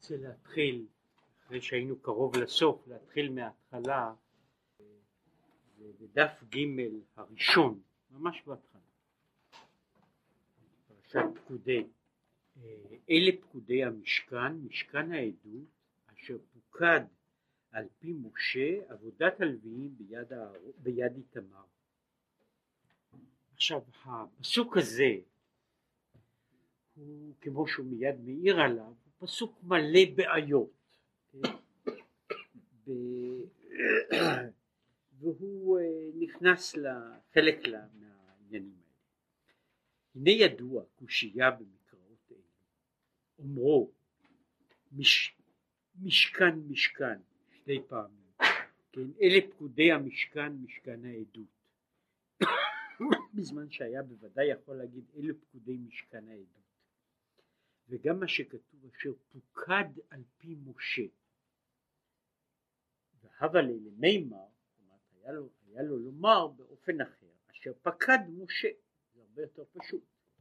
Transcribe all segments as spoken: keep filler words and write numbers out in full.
רוצה להתחיל, אחרי שהיינו קרוב לסוף, להתחיל מההתחלה, בדף ג' הראשון, ממש בהתחלה. פרשת פקודי. אלה פקודי המשכן, משכן העדות, אשר פוקד על פי משה עבודת הלוויים ביד, ביד איתמר. עכשיו, הפסוק הזה, הוא, כמו שהוא מיד מאיר עליו, הוא פסוק מלא בעיות. ב... והוא נכנס לחלק מהעניינים האלה. הנה ידוע קושייה במקראות אלו, אומרו מש... משכן משכן שתי פעמים, כן? אלה פקודי המשכן, משכן העדות. בזמן שהיה בוודאי יכול להגיד אלה פקודי משכן העדות. וגם מה שכתוב אשר פוקד על פי משה. והבה למימר, היה לו, היה לו לומר באופן אחר, אשר פקד משה, זה הרבה יותר פשוט.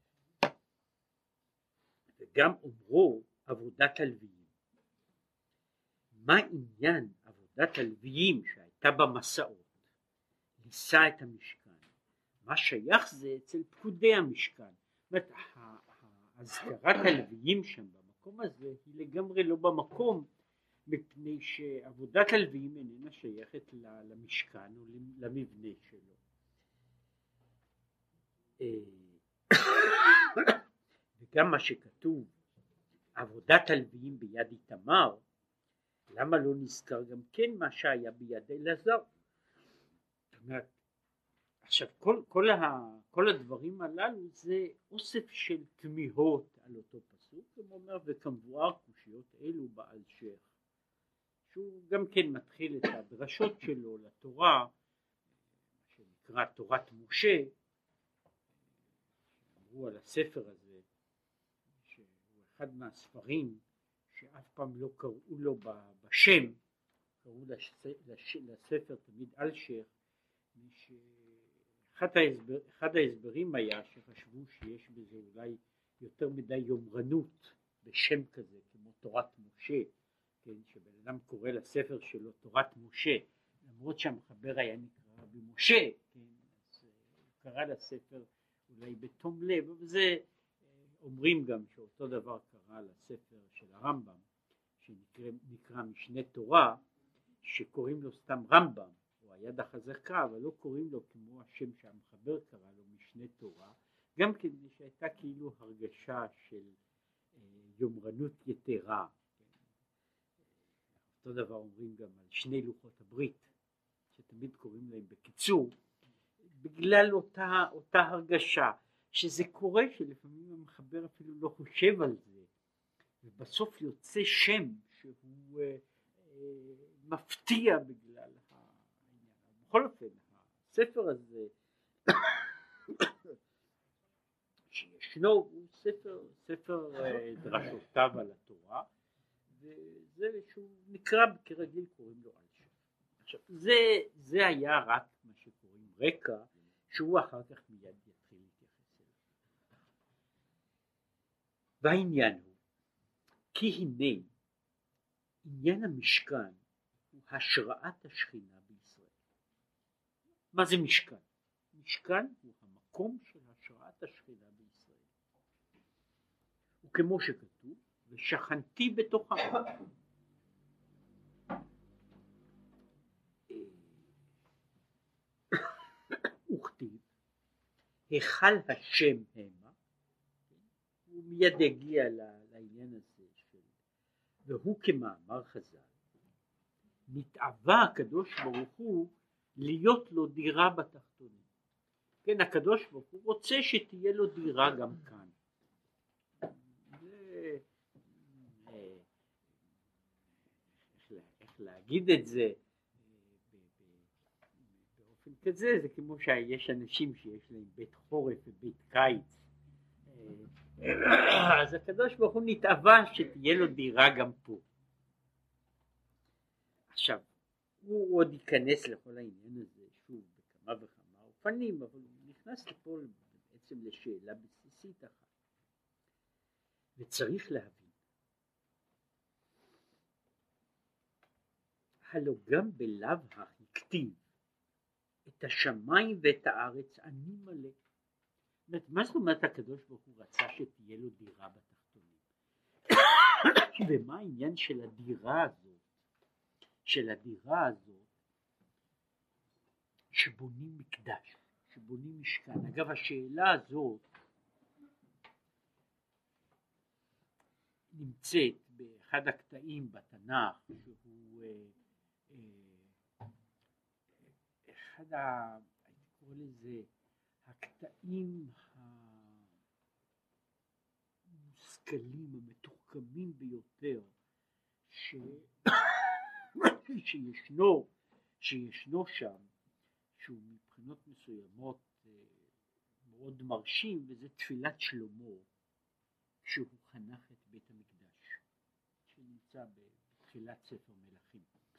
וגם אומרו עבודת הלוויים. מה עניין עבודת הלוויים שהייתה במסעות? לישא את המשכן. מה שייך זה אצל פקודי המשכן. זאת אומרת, הזכרת הלוויים שם במקום הזה היא לגמרי לא במקום, מפני שעבודת הלוויים איננה שייכת למשכן או למבנה שלו. וגם מה שכתוב עבודת הלוויים ביד איתמר, למה לא נזכר גם כן מה שהיה ביד אלעזר? זאת אומרת, עכשיו כל, כל, ה, כל הדברים הללו זה אוסף של תמיהות על אותו פסוק, הוא אומר וכמבואר קושיות אלו בעל שך, שהוא גם כן מתחיל את הדרשות שלו לתורה, שנקרא תורת משה. אמרו על הספר הזה שהוא אחד מהספרים שאף פעם לא קראו לו בשם, קראו לספר תמיד על שך, אחד ההסבר, אחד ההסברים היה שחשבו שיש בזה אולי יותר מדי יומרנות בשם כזה כמו תורת משה, כן, שבן אדם קורא לספר שלו תורת משה, למרות שהמחבר היה נקרא רבי משה, כן, אז הוא קרא לספר אולי בתום לב, וזה אומרים גם שאותו דבר קרה לספר של הרמב"ם שנקרא משנה תורה, שקוראים לו סתם רמב"ם או היד החזקה, אבל לא קוראים לו כמו השם שהמחבר קרא לו משנה תורה, גם כן שהייתה כאילו הרגשה של יומרנות יתרה. אותו דבר אומרים גם על שני לוחות הברית, שתמיד קוראים להם בקיצור, בגלל אותה, אותה הרגשה, שזה קורה שלפעמים המחבר אפילו לא חושב על זה, ובסוף יוצא שם שהוא אה, אה, מפתיע בגלל העניין. בכל אופן, הספר הזה שישנו הוא ספר, ספר אה, דרשותיו על התורה, וזה שהוא נקרא כרגיל קוראים לו על שם. עכשיו זה, זה היה רק מה שקוראים רקע, שהוא אחר כך מיד יתחיל להתייחס אליו. והעניין הוא כי הנה עניין המשכן הוא השראת השכינה בישראל. מה זה משכן? משכן הוא המקום של השראת השכינה בישראל, וכמו שכתוב ושכנתי בתוכם. וכתיב היכל השם המה, הוא מיד יגיע לעניין הזה של והוא כמאמר חז"ל, נתאווה הקדוש ברוך הוא להיות לו דירה בתחתונים. כן, הקדוש ברוך הוא רוצה שתהיה לו דירה גם כאן. זה, איך להגיד את זה באופן כזה, זה כמו שיש אנשים שיש להם בית חורף ובית קיץ, אז הקדוש ברוך הוא נתאווה שתהיה לו דירה גם פה. עכשיו הוא עוד ייכנס לכל העניין הזה שוב בכמה וכמה אופנים, אבל הוא נכנס לפה בעצם לשאלה בסיסית אחת, וצריך להבין הלא גם בלאו הכי כתיב את השמיים ואת הארץ אני מלא. מה זאת אומרת הקדוש ברוך הוא רצה שתהיה לו דירה בתחתונים? ומה העניין של הדירה הזאת, של הדירה הזאת שבונים מקדש, שבונים משכן? אגב, השאלה הזאת נמצאת באחד הקטעים בתנ"ך, שהוא אה, אה, אחד ה... הייתי קורא לזה הקטעים המושכלים, המתוחכמים ביותר ש... שישנו, שישנו שם, שהוא מבחינות מסוימות מאוד מרשים, וזה תפילת שלמה, שהוא חנך את בית המקדש, שנמצא בתחילת ספר מלכים.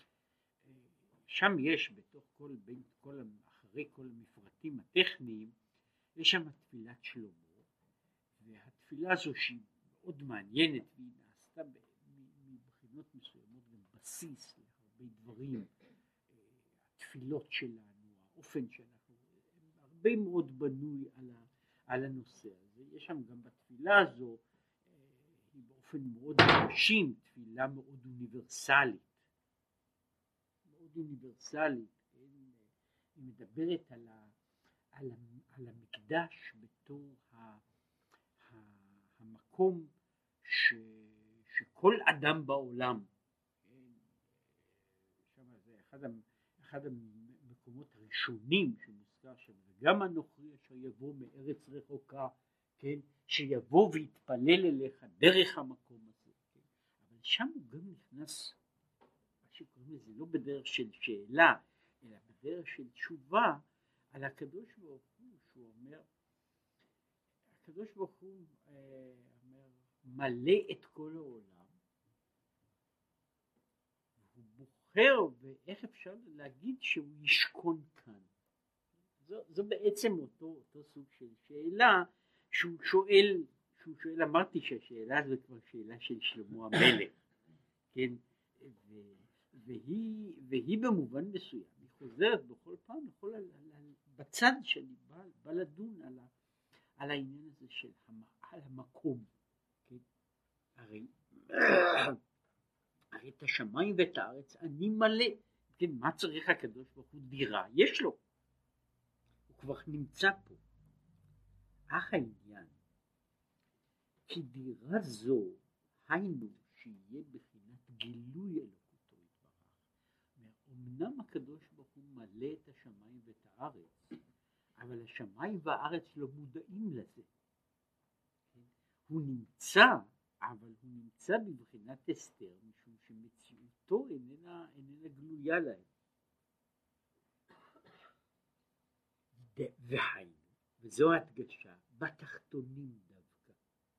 שם יש בתוך כל, בין כל, אחרי כל המפרטים הטכניים, יש שם תפילת שלמה, והתפילה הזו שהיא מאוד מעניינת, והיא נעשתה מבחינות מסוימות גם בסיס להרבה דברים, התפילות שלנו, האופן שאנחנו, הרבה מאוד בנוי על, ה, על הנושא הזה. יש שם גם בתפילה הזו, היא באופן מאוד מרשים, תפילה מאוד אוניברסלית, מאוד אוניברסלית, היא מדברת על, ה, על, ה, על המקדש בתור ה, ה, המקום ש, שכל אדם בעולם, שם זה אחד, אחד המקומות הראשונים שמוזכר שם, וגם הנוכרי אשר יבוא מארץ רחוקה, כן, שיבוא ויתפלל אליך דרך המקום הזה, כן? אבל שם הוא גם נכנס, מה שקוראים לזה, לא בדרך של שאלה, אלא בדרך של תשובה על הקדוש ברוך הוא, שהוא אומר, הקדוש ברוך הוא אה, אומר, מלא את כל העולם, הוא בוחר, ואיך אפשר להגיד שהוא ישכון כאן? זו, זו בעצם אותו, אותו סוג של שאלה, שהוא שואל, שהוא שואל, אמרתי שהשאלה הזו כבר שאלה של שלמה המלך, כן, ו, והיא, והיא במובן מסוים, היא חוזרת בכל פעם, בכל, על, על, בצד שאני בא, בא לדון על, ה, על העניין הזה של המ, על המקום, כן, הרי, הרי את השמיים ואת הארץ אני מלא, כן, מה צריך הקדוש ברוך הוא? דירה, יש לו, הוא כבר נמצא פה. אך העניין, כי דירה זו, היינו שיהיה בחינת גילוי אלוקותו יתברך. אמנם הקדוש ברוך הוא מלא את השמיים ואת הארץ, אבל השמיים והארץ לא מודעים לזה. הוא נמצא, אבל הוא נמצא בבחינת הסתר, משום שמציאותו איננה, איננה גלויה להם. והיינו, וזו הדגשה, בתחתונים דווקא.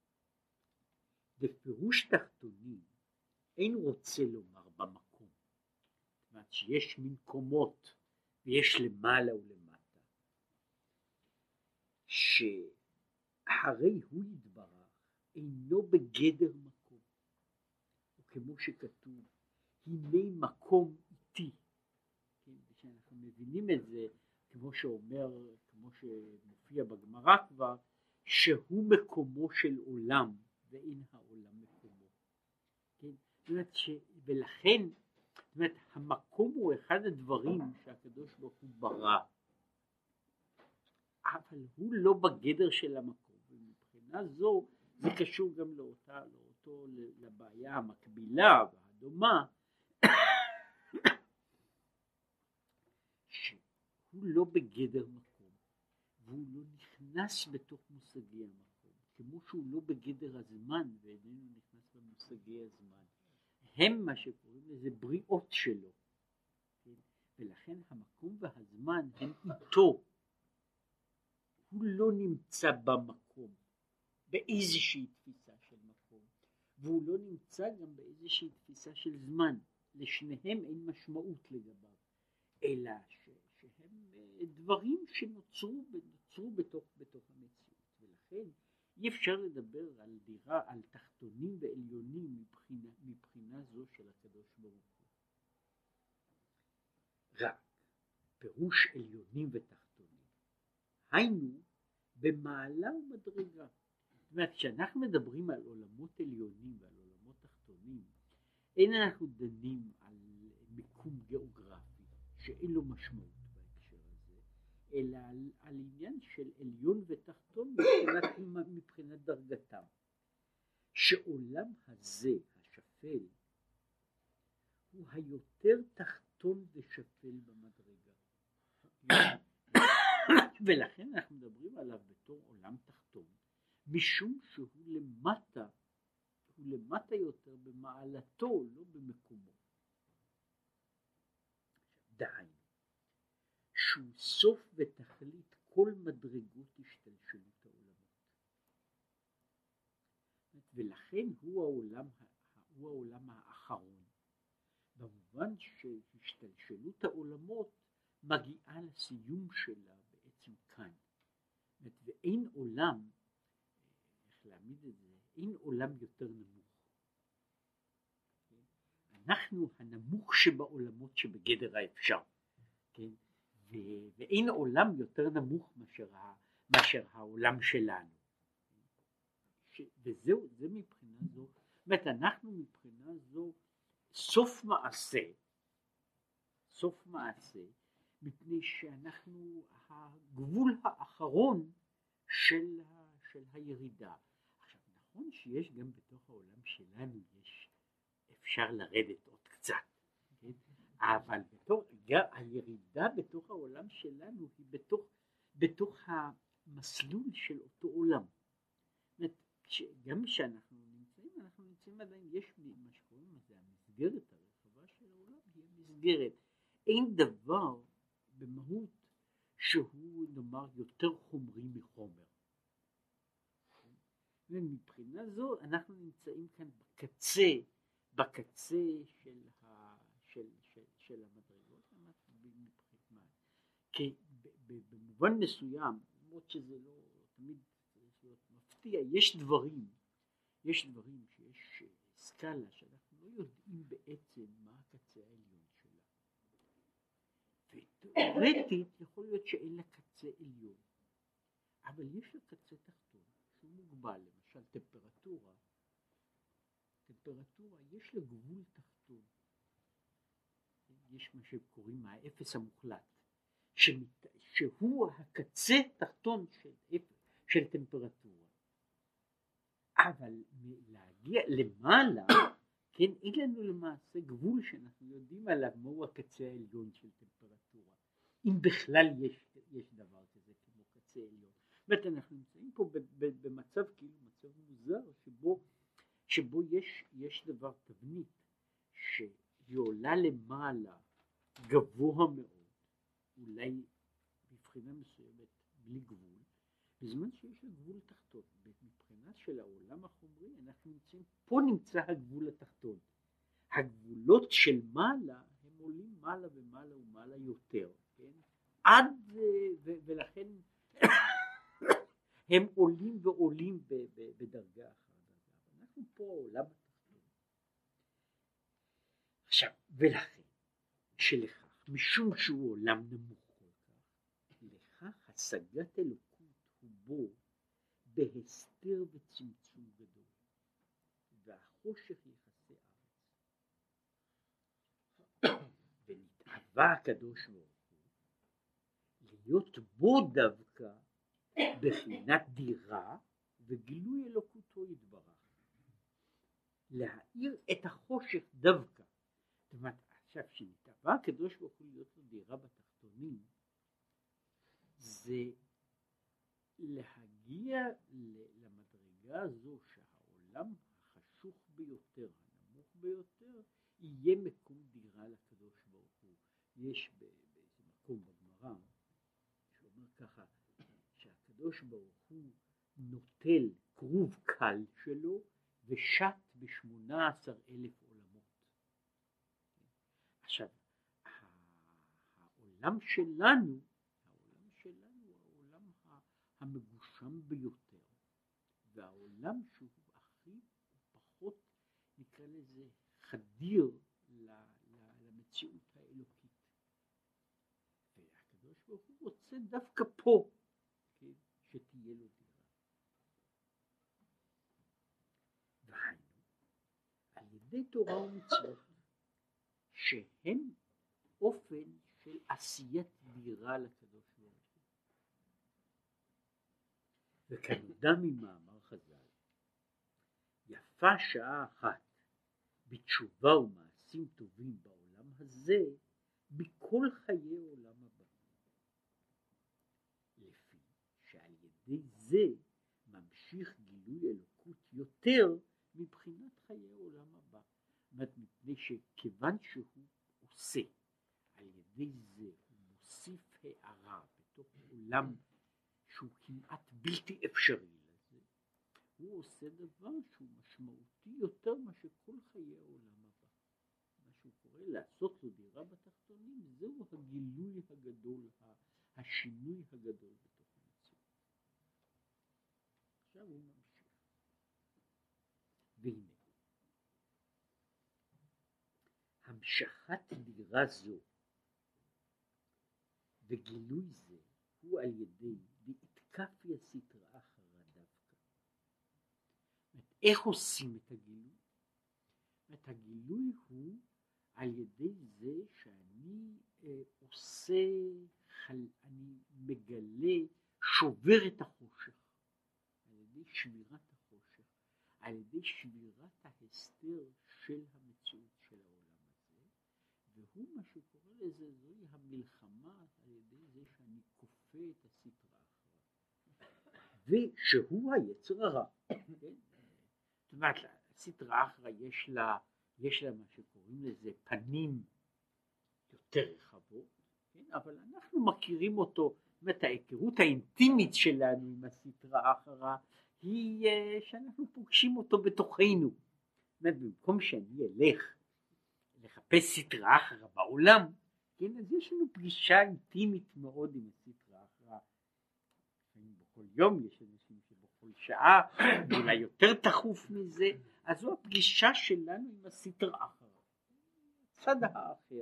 בפירוש תחתונים, אין רוצה לומר במקום. זאת אומרת שיש מקומות, ויש למעלה ולמטה, שהרי הוא יתברך, אינו בגדר מקום. וכמו שכתוב, הנה מקום איתי. כן, ושאנחנו מבינים את זה, כמו שאומר, כמו שמופיע בגמרא כבר, שהוא מקומו של עולם, ואין העולם מקומו. כן? זאת אומרת ש... ולכן, זאת אומרת, המקום הוא אחד הדברים שהקדוש ברוך הוא ברא, אבל הוא לא בגדר של המקום, ומבחינה זו זה קשור גם לאותה, לאותו, לבעיה המקבילה והדומה, שהוא לא בגדר מקום, והוא לא נכנס בתוך מושגי המקום, כמו שהוא לא בגדר הזמן, ואיננו נכנס במושגי הזמן. הם מה שקוראים לזה בריאות שלו, כן? ולכן המקום והזמן הם איתו. הוא לא נמצא במקום, באיזושהי תפיסה של מקום, והוא לא נמצא גם באיזושהי תפיסה של זמן. לשניהם אין משמעות לגביו, אלא ש, שהם דברים שנוצרו נוצרו בתוך, בתוך המציאות. ולכן אי אפשר לדבר על דירה, על תחתונים ועליונים מבחינה, מבחינה זו של הקדוש ברוך הוא. פירוש עליונים ותחתונים, היינו במעלה ומדרגה. זאת אומרת, כשאנחנו מדברים על עולמות עליונים ועל עולמות תחתונים, אין אנחנו דנים על מיקום גיאוגרפי שאין לו משמעות בהקשר הזה, אלא על, על עניין של עליון ותחתון מבחינת, מבחינת דרגתם. שעולם הזה, השפל, הוא היותר תחתון ושפל במדרגה. ולכן אנחנו מדברים עליו בתור עולם תחתון, משום שהוא למטה, הוא למטה יותר במעלתו, לא במקומו. דהיינו, שהוא סוף ותכלית כל מדרגות השתלשלות העולמות. ולכן הוא העולם, הוא העולם האחרון, במובן שהשתלשלות העולמות מגיעה לסיום שלה בעצם כאן. ואין עולם, איך להעמיד את זה, אין עולם יותר נמוך. אנחנו הנמוך שבעולמות שבגדר האפשר, כן? ו- ואין עולם יותר נמוך מאשר, ה- מאשר העולם שלנו. ש- וזהו, זה מבחינה זו, זאת אומרת, אנחנו מבחינה זו סוף מעשה, סוף מעשה, מפני שאנחנו הגבול האחרון של, ה- של הירידה. עכשיו, נכון שיש גם בתוך העולם שלנו, יש, אפשר לרדת עוד קצת, כן? אבל בתוך, הירידה בתוך העולם שלנו היא בתוך, בתוך המסלול של אותו עולם. זאת אומרת, גם כשאנחנו נמצאים, אנחנו נמצאים עדיין, יש מה שקוראים לזה, המסגרת הרחבה של העולם היא המסגרת. אין דבר במהות שהוא נאמר יותר חומרי מחומר. ומבחינה זו אנחנו נמצאים כאן בקצה, בקצה של, ה, של, של, של המדרגות, כי במובן מסוים, למרות שזה לא תמיד צריך להיות מפתיע, יש דברים, יש דברים שיש סקאלה שאנחנו לא יודעים בעצם מה הקצה העליון שלה. ותיאורטית יכול להיות שאין לה קצה עליון, אבל יש לה קצה תחתון שהוא מוגבל, למשל טמפרטורה, טמפרטורה יש לה גבול תחתון, יש מה שקוראים האפס המוחלט, שמת, שהוא הקצה תחתון של, של טמפרטורה, אבל להגיע למעלה, כן, אין לנו למעשה גבול שאנחנו יודעים עליו מהו הקצה העליון של טמפרטורה, אם בכלל יש, יש דבר כזה כמו קצה עליון. זאת אומרת, אנחנו נמצאים פה במצב כאילו מצב מוזר שבו, שבו יש, יש דבר תבנית שהיא עולה למעלה גבוה מאוד, אולי מבחינה מסוימת בלי גבול, בזמן שיש לה גבול תחתון. מבחינה של העולם החומרי אנחנו נמצאים, פה נמצא הגבול התחתון. הגבולות של מעלה הם עולים מעלה ומעלה ומעלה יותר, כן? עד ו, ולכן הם עולים ועולים ב, ב, בדרגה אחת. אנחנו פה עולם התחתון. עכשיו, ולכן שלכך, משום שהוא עולם נמוך כל כך, לכך השגת אלוקות הוא בו בהסתר וצמצום גדול, והחושך יחסי ארץ. ונתאווה הקדוש ברוך הוא להיות בו דווקא בחינת דירה וגילוי אלוקותו יתברך, להאיר את החושך דווקא. זאת אומרת, עכשיו שנתאווה הקדוש ברוך הוא להיות לו דירה בתחתונים, זה להגיע למדרגה הזו שהעולם החשוך ביותר, הנמוך ביותר, יהיה מקום דירה לקדוש ברוך הוא. יש באיזה מקום בגמרא שאומר ככה, שהקדוש ברוך הוא נוטל כרוב קל שלו ושט בשמונה עשר אלף עולמות. עכשיו, העולם שלנו, העולם שלנו הוא העולם המגושם ביותר, והעולם שהוא הכי פחות, נקרא לזה, חדיר למציאות האלוקית. ברוך הוא רוצה דווקא פה, כן, שתהיה לו דירה. והיינו, על ידי תורה ומצוות, שהם אופן של עשיית דירה לקדוש ברוך הוא. וכנודע ממאמר חז"ל, יפה שעה אחת בתשובה ומעשים טובים בעולם הזה, בכל חיי עולם הבא. לפי שעל ידי זה ממשיך גילוי אלוקות יותר מבחינת חיי עולם הבא. זאת אומרת, מפני שכיוון שהוא עושה, על ידי זה הוא מוסיף הערה בתוך עולם שהוא כמעט בלתי אפשרי לזה, הוא עושה דבר שהוא משמעותי יותר מאשר כל חיי העולם הבא. מה שהוא קורא לעשות לו דירה בתחתונים, זהו הגילוי הגדול, השינוי הגדול בתוך המציאות. עכשיו הוא ממשיך. והנה, המשכת דירה זו וגילוי זה הוא על ידי באתקפיה סטרא אחרא דווקא. איך עושים את הגילוי? את הגילוי הוא על ידי זה שאני אה, עושה, חל, אני מגלה, שובר את החושך, על ידי שבירת החושך, על ידי שבירת ההסתר של המציאות של העולם הזה, והוא מה שקורא לזה, זוהי המלחמה על ידי זה שאני כופה את הסטרא אחרא, ושהוא היצר הרע. זאת אומרת, הסטרא אחרא יש לה, יש לה מה שקוראים לזה פנים יותר רחבות, כן? אבל אנחנו מכירים אותו, זאת אומרת, ההיכרות האינטימית שלנו עם הסטרא אחרא היא שאנחנו פוגשים אותו בתוכנו. זאת אומרת, במקום שאני אלך לחפש סטרא אחרא בעולם, כן, אז יש לנו פגישה אינטימית מאוד עם הסטרא אחרא. בכל יום יש אנשים שבכל שעה, אולי יותר תכוף מזה, אז זו הפגישה שלנו עם הסטרא אחרא, הצד האחר.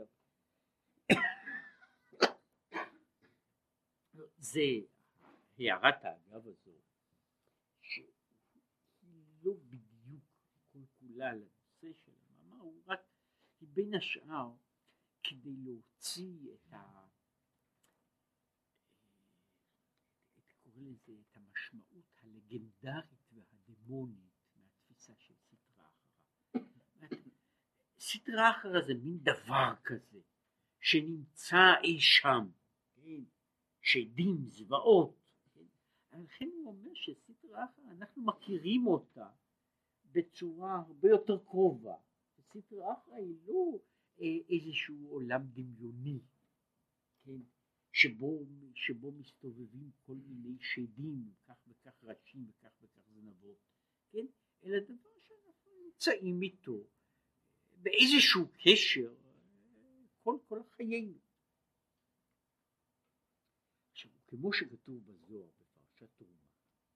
זה הערת האגב הזו, שהיא לא בדיוק כל כולה לנושא של המאמר, הוא רק בין השאר כדי להוציא את ה... את קורא לזה, את המשמעות הלגנדרית והדמונית מהתפיסה של סטרא אחרא. סטרא אחרא זה מין דבר כזה שנמצא אי שם, כן? שדים, זוועות, כן? לכן הוא אומר שסטרא אחרא אנחנו מכירים אותה בצורה הרבה יותר קרובה. סטרא אחרא היא לא איזשהו עולם דמיוני, כן? שבו, שבו מסתובבים כל מיני שדים, כך וכך ראשים וכך וכך זנבות, כן? אלא דבר שאנחנו נמצאים איתו באיזשהו קשר כל, כל חיינו. עכשיו, כמו שכתוב בזוהר בפרשת תרומה,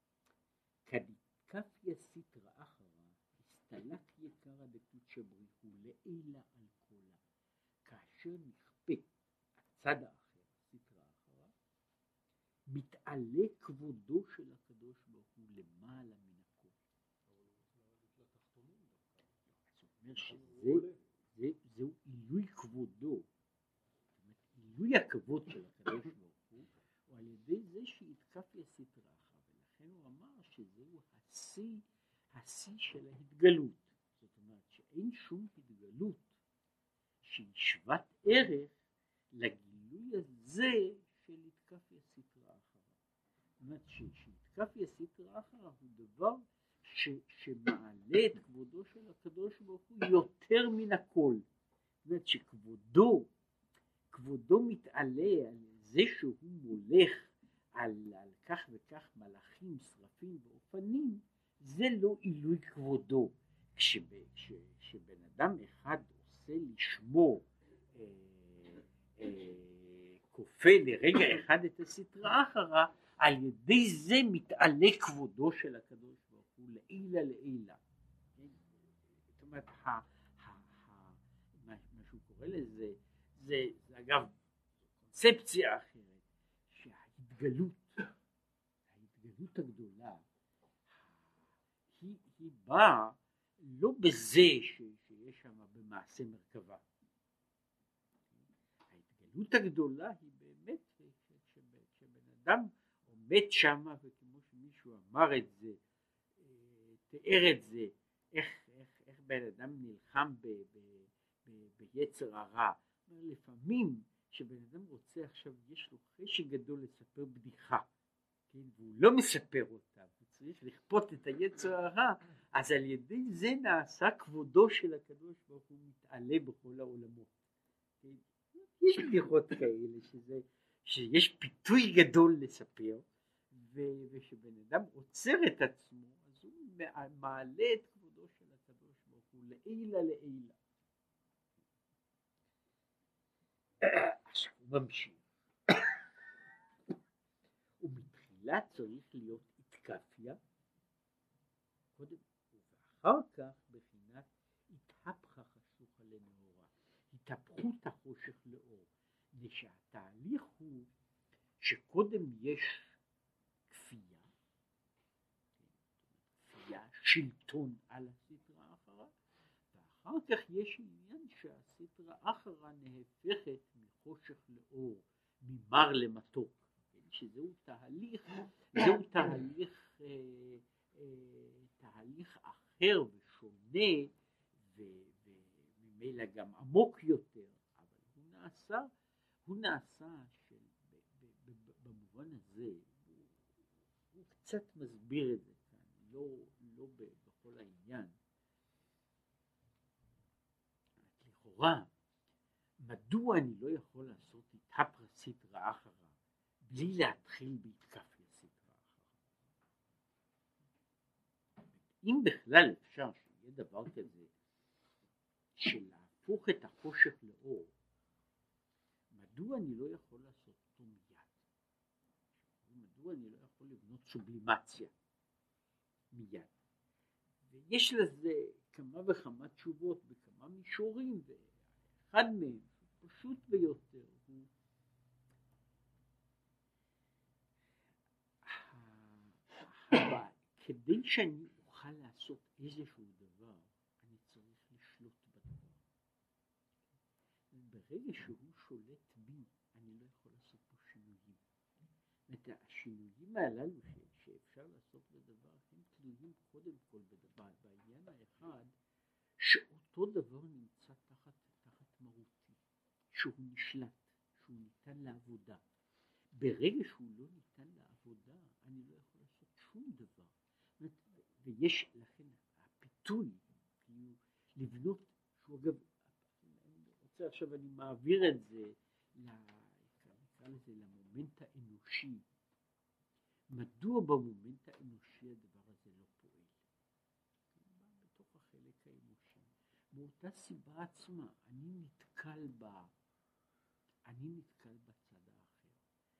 כדתקפיה סטרא אחרא הסתלק יקרא דקודשא בריחו לעילה על קולה, כאשר נכפה הצד האחר, סטרא אחרא, מתעלה כבודו של הקדוש ברוך הוא למעלה מן הכל. זאת אומרת שזה זה, זהו עילוי כבודו, זאת אומרת עילוי הכבוד של הקדוש ברוך הוא, הוא על ידי זה שהתקפיה סטרא אחרא, ולכן הוא אמר שזהו השיא, השיא של ההתגלות. זאת אומרת שאין שום התגלות שהיא שוות ערך לגילוי הזה של התקפיה סטרא אחרא. זאת אומרת שהתקפיה סטרא אחרא הוא דבר ש, שמעלה את כבודו של הקדוש ברוך הוא יותר מן הכל. זאת אומרת שכבודו, כבודו מתעלה על זה שהוא מולך על, על כך וכך מלאכים, שרפים ואופנים, זה לא עילוי כבודו. כשבן אדם אחד עושה לשמו אה, אה, כופה לרגע אחד את הסטרא אחרא, על ידי זה מתעלה כבודו של הקדוש ברוך הוא לעילה לעילה. זאת אומרת, ה, ה, ה, מה, מה שהוא קורא לזה, זה, זה אגב קונספציה אחרת, ההתגלות, ההתגלות הגדולה, היא, היא באה לא בזה ש, שיש שם במעשה מרכבה. ההתגלות הגדולה היא באמת שבן אדם עומד שם, וכמו שמישהו אמר את זה, תיאר את זה, איך, איך, איך בן אדם נלחם ב, ב, ב, ביצר הרע. לפעמים שבן אדם רוצה עכשיו, יש לו חשק גדול לספר בדיחה, כן? והוא לא מספר אותה, הוא צריך לכפות את היצר הרע, אז על ידי זה נעשה כבודו של הקדוש ברוך הוא מתעלה בכל העולמות. כן? יש בדיחות כאלה שזה, שיש פיתוי גדול לספר, ו- ושבן אדם עוצר את עצמו, אז הוא מעלה את כבודו של הקדוש ברוך הוא לעילה לעילה. עכשיו הוא ממשיך. ומתחילה צריך להיות התקפיה, קודם, ואחר כך בחינת התהפכה חשוכה לנאורה, התהפכות החושך לאור, שהתהליך הוא שקודם יש כפייה, כפייה, שלטון על הסטרא אחרא, ואחר כך יש עניין שהסטרא אחרא נהפכת מחושך לאור, ממר למתוק, שזהו תהליך, זהו תהליך, אה, אה, תהליך אחר ושונה, וממילא גם עמוק יותר, אבל הוא נעשה, הוא נעשה של, ב, ב, ב, במובן הזה, הוא, הוא קצת מסביר את זה כאן, לא, לא בכל העניין. לכאורה, מדוע אני לא יכול לעשות התהפכה סטרא אחרא בלי להתחיל בהתקפיה סטרא אחרא? אם בכלל אפשר שיהיה דבר כזה של להפוך את החושך לאור, מדוע אני לא יכול לעשות אותו מיד? מדוע אני לא יכול לבנות סובלימציה מיד? ויש לזה כמה וכמה תשובות בכמה מישורים, ואחד מהם פשוט ביותר הוא כדי שאני אוכל לעשות איזשהו דבר, אני צריך לשלוט בדבר. ברגע שהוא שולט בי, אני לא יכול לעשות פה שינויים. את השינויים הללו שאפשר לעשות בדבר, הם תלויים קודם כל בדבר, בעניין האחד, שאותו דבר נמצא תחת, תחת מרותי, שהוא נשלט, שהוא ניתן לעבודה. ברגע שהוא לא ניתן לעבודה, אני לא יכול לעשות שום דבר. ויש לכן הפיתוי, כאילו, לבנות, שהוא אגב, אני רוצה עכשיו, אני מעביר את זה, נקרא לזה, למומנט האנושי. מדוע במומנט האנושי הדבר הזה לא פועל? בתוך החלק האנושי. מאותה סיבה עצמה, אני נתקל בה, אני נתקל בצד האחר.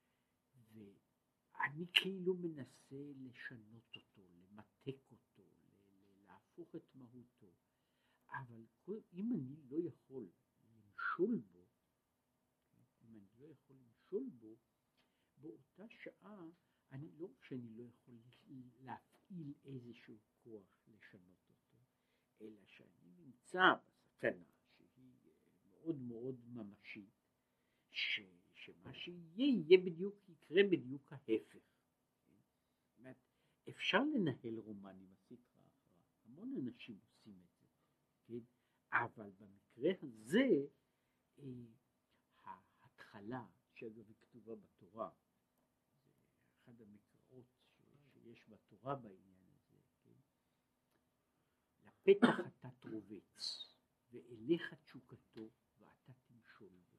ואני כאילו מנסה לשנות אותו, למתק אותו, להפוך את מהותו. אבל כל, אם אני לא יכול למשול בו, אם אני לא יכול למשול בו, באותה שעה, אני לא שאני לא יכול להפעיל איזשהו כוח לשנות אותו, אלא שאני נמצא בסכנה שהיא מאוד מאוד ממשית, ש, שמה שיהיה יהיה בדיוק, יקרה בדיוק ההפך. זאת אומרת, אפשר לנהל רומן עם הסטרא אחרא, המון אנשים עושים את זה, כן? אבל במקרה הזה, אה, ההתחלה, שאגב היא כתובה בתורה, אחד המקראות שיש בתורה בעניין הזה, כן? לפתח אתה תרובץ, ואליך תשוקתו, ואתה תמשול בו.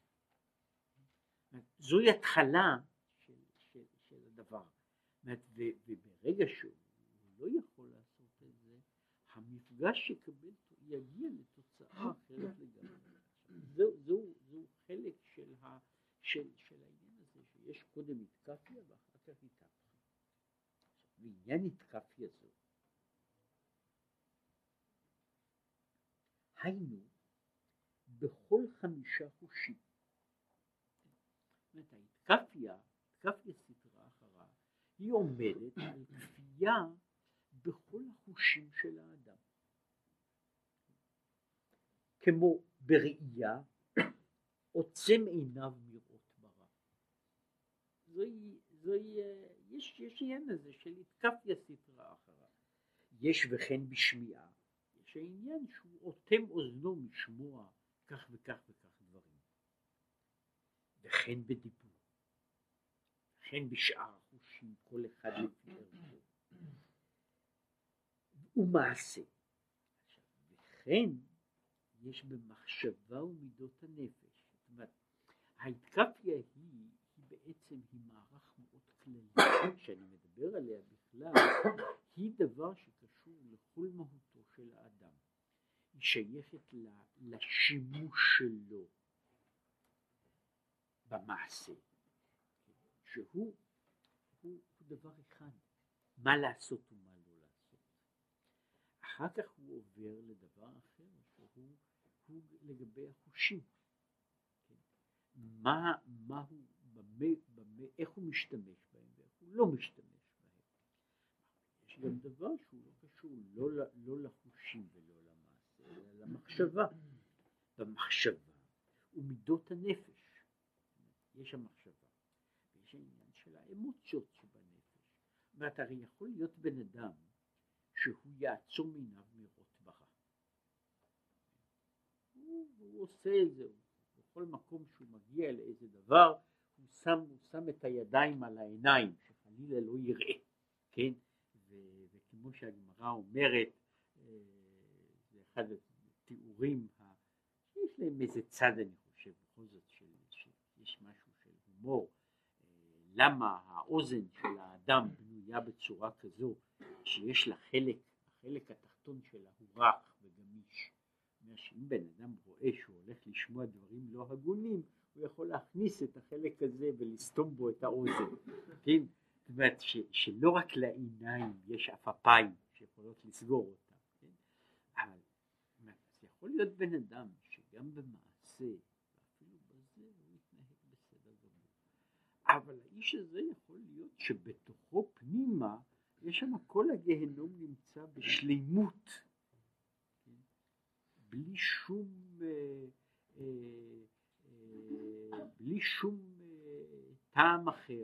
זוהי התחלה של, של, של הדבר. וברגע שהוא לא יכול לעשות את זה, המפגש שקבל יגיע לתוצאה אחרת לגמרי. זהו, זהו, זהו חלק של, ה, של, של העניין הזה, שיש קודם התקפיה ואחר כך התהפכה. ועניין התקפיה זו, היינו בכל חמישה חושים. זאת אומרת, ההתקפיה, התקפיה סטרא היא עומדת על כפייה בכל החושים של האדם. כמו בראייה, עוצם עיניו מראות ברע. זוהי, זוהי, יש, יש עניין הזה של התקפיה סטרא אחרא. יש וכן בשמיעה, יש העניין שהוא אוטם אוזנו משמוע כך וכך וכך דברים. וכן בדיבור, וכן בשאר החושים, כל אחד לפי ערכו. ומעשה. וכן יש במחשבה ומידות הנפש. זאת אומרת, ההתקפיה היא, היא בעצם היא מערך מאוד כללי. כשאני מדבר עליה בכלל, היא דבר שקשור לכל מהותו של האדם. היא שייכת לשימוש שלו במעשה, שהוא הוא, הוא דבר אחד, מה לעשות ומה לא לעשות. אחר כך הוא עובר לדבר אחר, שהוא הוא לגבי החושים. מה, מה הוא, במה, במה, איך הוא משתמש בהם ואיך הוא לא משתמש בהם. יש גם דבר שהוא לא קשור לא, לא לחושים ולא למעשה, אלא למחשבה. במחשבה ומידות הנפש. יש המחשבה, ויש העניין של האמוציות שבנפש. זאת אומרת, הרי יכול להיות בן אדם שהוא יעצום עיניו מראות ברע. הוא, הוא עושה את זה, בכל מקום שהוא מגיע לאיזה דבר, הוא שם, הוא שם את הידיים על העיניים, שחלילה לא יראה, כן? ו- וכמו שהגמרא אומרת, זה אחד התיאורים, יש להם איזה צד, אני חושב, בכל זאת, של, שיש משהו של הומור, למה האוזן של האדם בנויה בצורה כזו, שיש לה חלק, החלק התחתון שלה הוא רך וגמיש. שאם בן אדם רואה שהוא הולך לשמוע דברים לא הגונים, הוא יכול להכניס את החלק הזה ולסתום בו את האוזן. כן? זאת אומרת ש, שלא רק לעיניים יש אפיים שיכולות לסגור אותם. כן? אבל זה יכול להיות בן אדם שגם במעשה, ואפילו בזה הוא מתנהג בסדר גמור. אבל האיש הזה יכול להיות שבתוכו פנימה, יש שם כל הגהנום נמצא בשלימות. בלי שום אה, אה, אה, בלי שום אה, טעם אחר.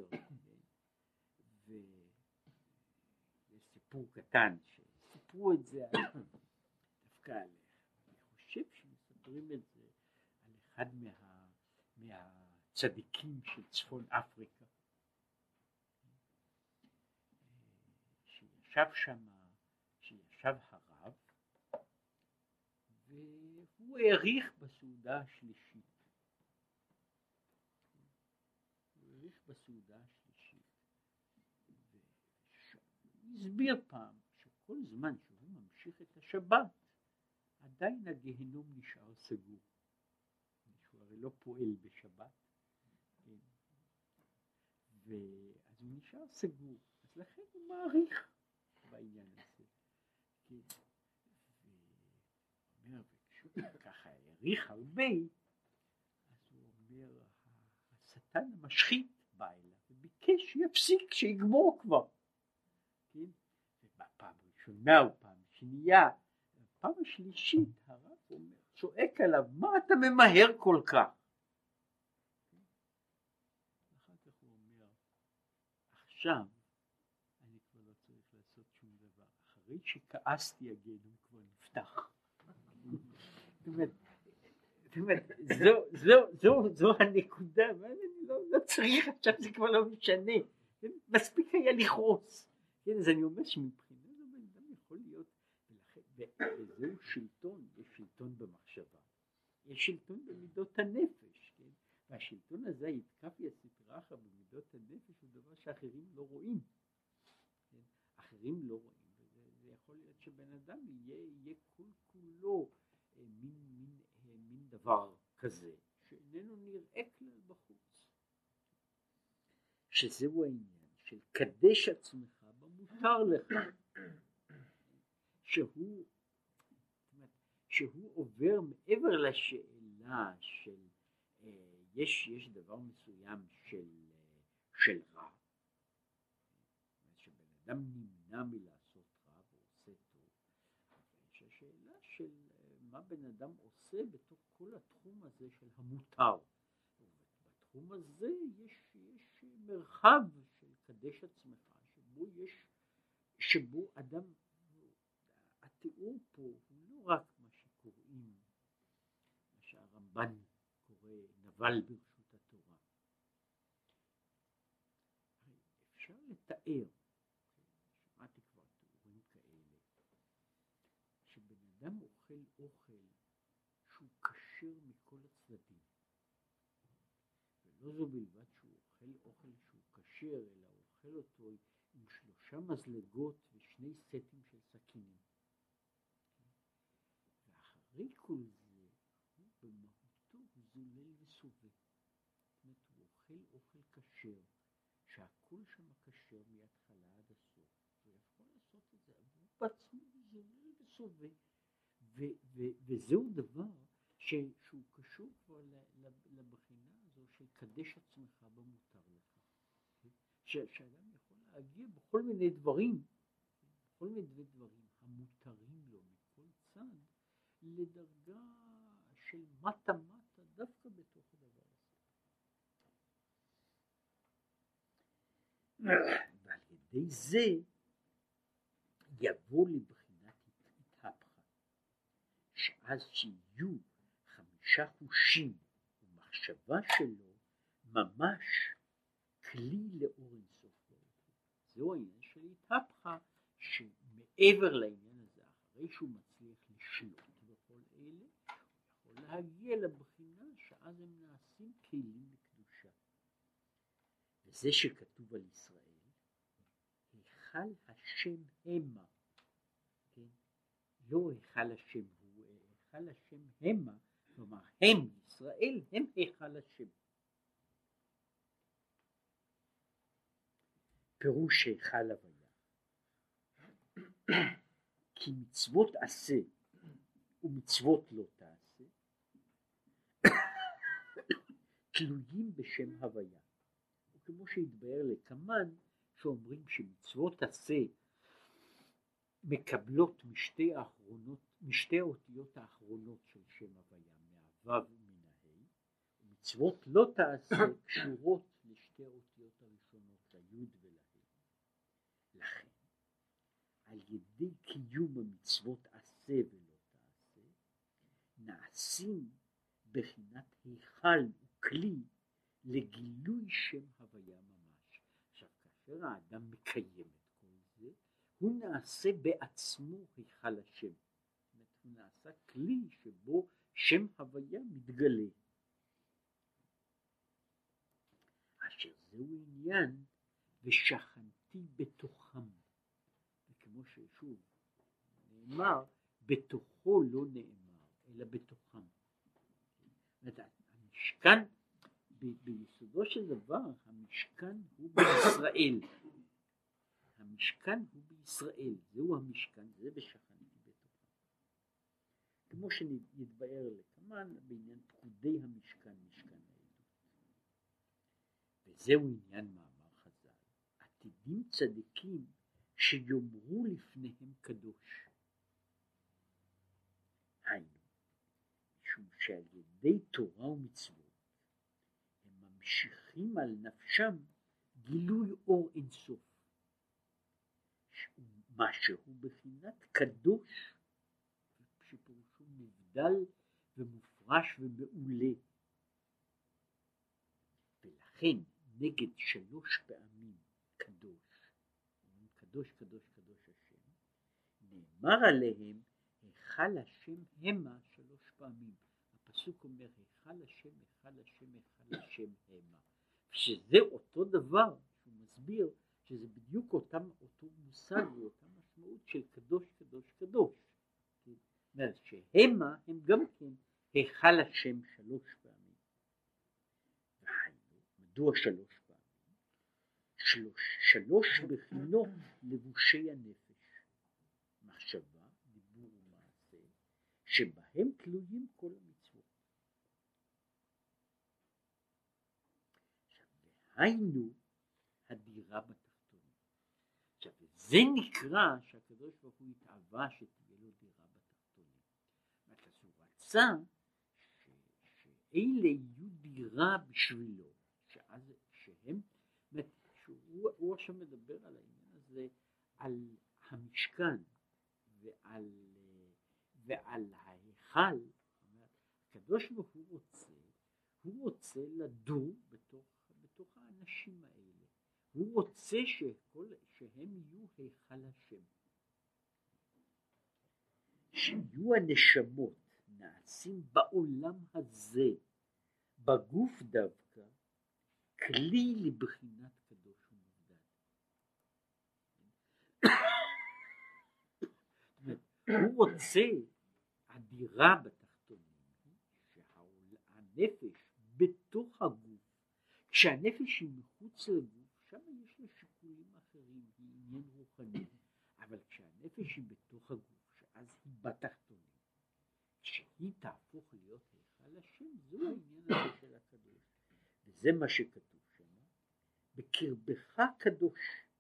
ויש סיפור קטן שסיפרו את זה דווקא עליך. אני חושב שמספרים את זה על אחד מה, מהצדיקים של צפון אפריקה, שישב שם, שישב הרב, והוא העריך בסעודה השלישית. הוא העריך בסעודה השלישית. הוא הסביר פעם שכל זמן שהוא ממשיך את השבת, עדיין הגהנום נשאר סגור. הוא הרי לא פועל בשבת. ואז הוא נשאר סגור. אז לכן הוא מעריך בעניין הזה. כן. אומר, וכשהוא ככה העריך הרבה, אז הוא אומר, השטן המשחית בא אליו וביקש שיפסיק, שיגמור כבר. כן? ובפעם ראשונה או פעם שנייה, בפעם השלישית הרב אומר, צועק עליו, מה אתה ממהר כל כך? אחר כך הוא אומר, עכשיו אני כבר לא צריך לעשות שום דבר, אחרי שכעסתי הגהנום כבר נפתח. זאת אומרת, זאת אומרת, זו, זו, זו, זו הנקודה, ואני לא, לא צריך, עכשיו זה כבר לא משנה, מספיק היה לכעוס. כן, אז אני אומר שמבחינה זו בן אדם יכול להיות, וזהו שלטון, יש שלטון במחשבה, יש שלטון במידות הנפש, כן? והשלטון הזה, התקפיה סטרא במידות הנפש, הוא דבר שאחרים לא רואים. כן? אחרים לא רואים. זה יכול להיות שבן אדם יהיה, יהיה כל כולו אה, מין, מין, אה, מין דבר כזה, שאיננו נראה כלל בחוץ. שזהו העניין של קדש עצמך במותר לך. שהוא, שהוא עובר מעבר לשאלה של, אה, יש, יש דבר מסוים של, של רע. אדם נמנע מלעשות רע ועושה טוב, יש השאלה של מה בן אדם עושה בתוך כל התחום הזה של המותר. בתחום הזה יש, יש מרחב של קדש עצמך, שבו יש, שבו אדם, התיאור פה הוא לא רק מה שקוראים, מה שהרמב"ן קורא נבל ברשות התורה. אפשר לתאר, שמעתי כבר תיאורים כאלה, שבן אדם אוכל אוכל שהוא כשר מכל הצדדים, ולא זו בלבד שהוא אוכל אוכל שהוא כשר, אלא הוא אוכל אותו עם שלושה מזלגות ושני סטים של סכינים. ואחרי כל זה, הוא במהותו הוא זולל וסובל. זאת אומרת, הוא אוכל אוכל כשר, שהכל שם כשר מההתחלה עד הסוף. הוא יכול לעשות את זה, אבל הוא בעצמו זולל וסובל. וזהו דבר ש, שהוא קשור כבר לבחינה הזו של קדש עצמך במותר לך. שאדם יכול להגיע בכל מיני דברים, בכל מיני דברים המותרים לו מכל צד, לדרגה של מטה מטה דווקא בתוך הדבר הזה. ועל ידי זה יבוא לבחינת התהפכה, שאז שיהיו חמישה חושים ומחשבה שלו ממש כלי לאור אינסוף ברוך הוא. זהו העניין של התהפכה, שמעבר לעניין הזה, אחרי שהוא מצליח לשלוט בכל אלה, הוא יכול להגיע לבחינה שאז הם נעשים כלים לקדושה. וזה שכתוב על ישראל, היכל השם המה, כן? לא היכל השם הוא, היכל השם המה, כלומר הם, ישראל, הם היכל השם. פירוש היכל הוויה, כי מצוות עשה ומצוות לא תעשה תלויים בשם הוויה, וכמו שהתבאר לקמן, שאומרים שמצוות עשה מקבלות משתי האחרונות, משתי האותיות האחרונות של שם הוויה, מהוו ומן ההי, ומצוות לא תעשה קשורות לשתי האותיות הראשונות, ליוד ולהי. לכן על ידי קיום המצוות עשה ולא תעשה נעשים בחינת היכל וכלי לגילוי שם הוויה ממש. עכשיו כאשר האדם מקיים את כל זה, הוא נעשה בעצמו היכל השם. זאת אומרת, הוא נעשה כלי שבו שם הוויה מתגלה. אשר זהו עניין ושכנתי בתוכם. וכמו ששוב נאמר, בתוכו לא נאמר, אלא בתוכם. זאת אומרת, המשכן, ב- ביסודו של דבר, המשכן הוא בישראל. המשכן הוא בישראל, זהו המשכן, זה ושכנתי בתוכם. כמו שנתבאר לכמן בעניין פקודי המשכן, משכן העדות. וזהו עניין מאמר חז"ל, עתידים צדיקים שיאמרו לפניהם קדוש. היינו, משום שעל ידי תורה ומצוות הם ממשיכים על נפשם גילוי אור אינסוף, מה שהוא בחינת קדוש, שפירושו מובדל ומופרש ומעולה. ולכן נגד שלוש פעמים קדוש, קדוש קדוש קדוש השם, נאמר עליהם היכל השם המה שלוש פעמים. הפסוק אומר היכל השם, היכל השם, היכל השם המה, שזה אותו דבר שהוא מסביר שזה בדיוק אותם, אותו מושג ואותה משמעות של קדוש קדוש קדוש. זאת אומרת שהמה הם גם כן היכל השם שלוש פעמים. והיינו, מדוע שלוש פעמים? שלוש, שלוש בחינות לבושי הנפש, מחשבה, דיבור ומעשה, שבהם תלויים כל המצוות. עכשיו, והיינו הדירה בתחתונים. עכשיו, זה נקרא שהקדוש ברוך הוא התאווה שתהיה לו דירה בתחתונים. אז הוא רצה ש, שאלה יהיו דירה בשבילו, שאז שהם, שהוא, הוא עכשיו מדבר על העניין הזה, על המשכן ועל, ועל ההיכל. הקדוש ברוך הוא רוצה, הוא רוצה לדור בתוך, בתוך האנשים האלה. הוא רוצה שכל, שהם יהיו היכל השם. שיהיו הנשמות נעשים בעולם הזה, בגוף דווקא, כלי לבחינת קדוש ומבדל. הוא רוצה, הדירה בתחתונים, שהנפש בתוך הגוף, כשהנפש היא מחוץ לגוף, שם יש לה שיקולים אחרים, היא עניין רוחני, אבל כשהנפש היא בתוך הגוף, שאז היא בתחתונים, כשהיא תהפוך להיות היכל השם, זו העניין הזה של הקדוש. וזה מה שכתוב שם, בקרבך קדוש,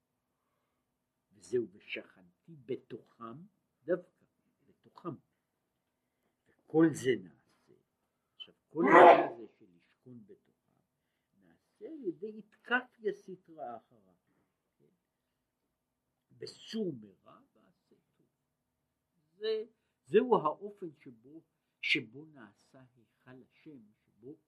וזהו ושכנתי בתוכם, דווקא בתוכם, וכל זה נעשה. עכשיו כל זה הזה של לשכון בתוכם, נעשה על ידי התקפיה סטרא אחרא, בסור מרע ועשה טוב. זה, זהו האופן שבו, שבו נעשה היכל השם, שבו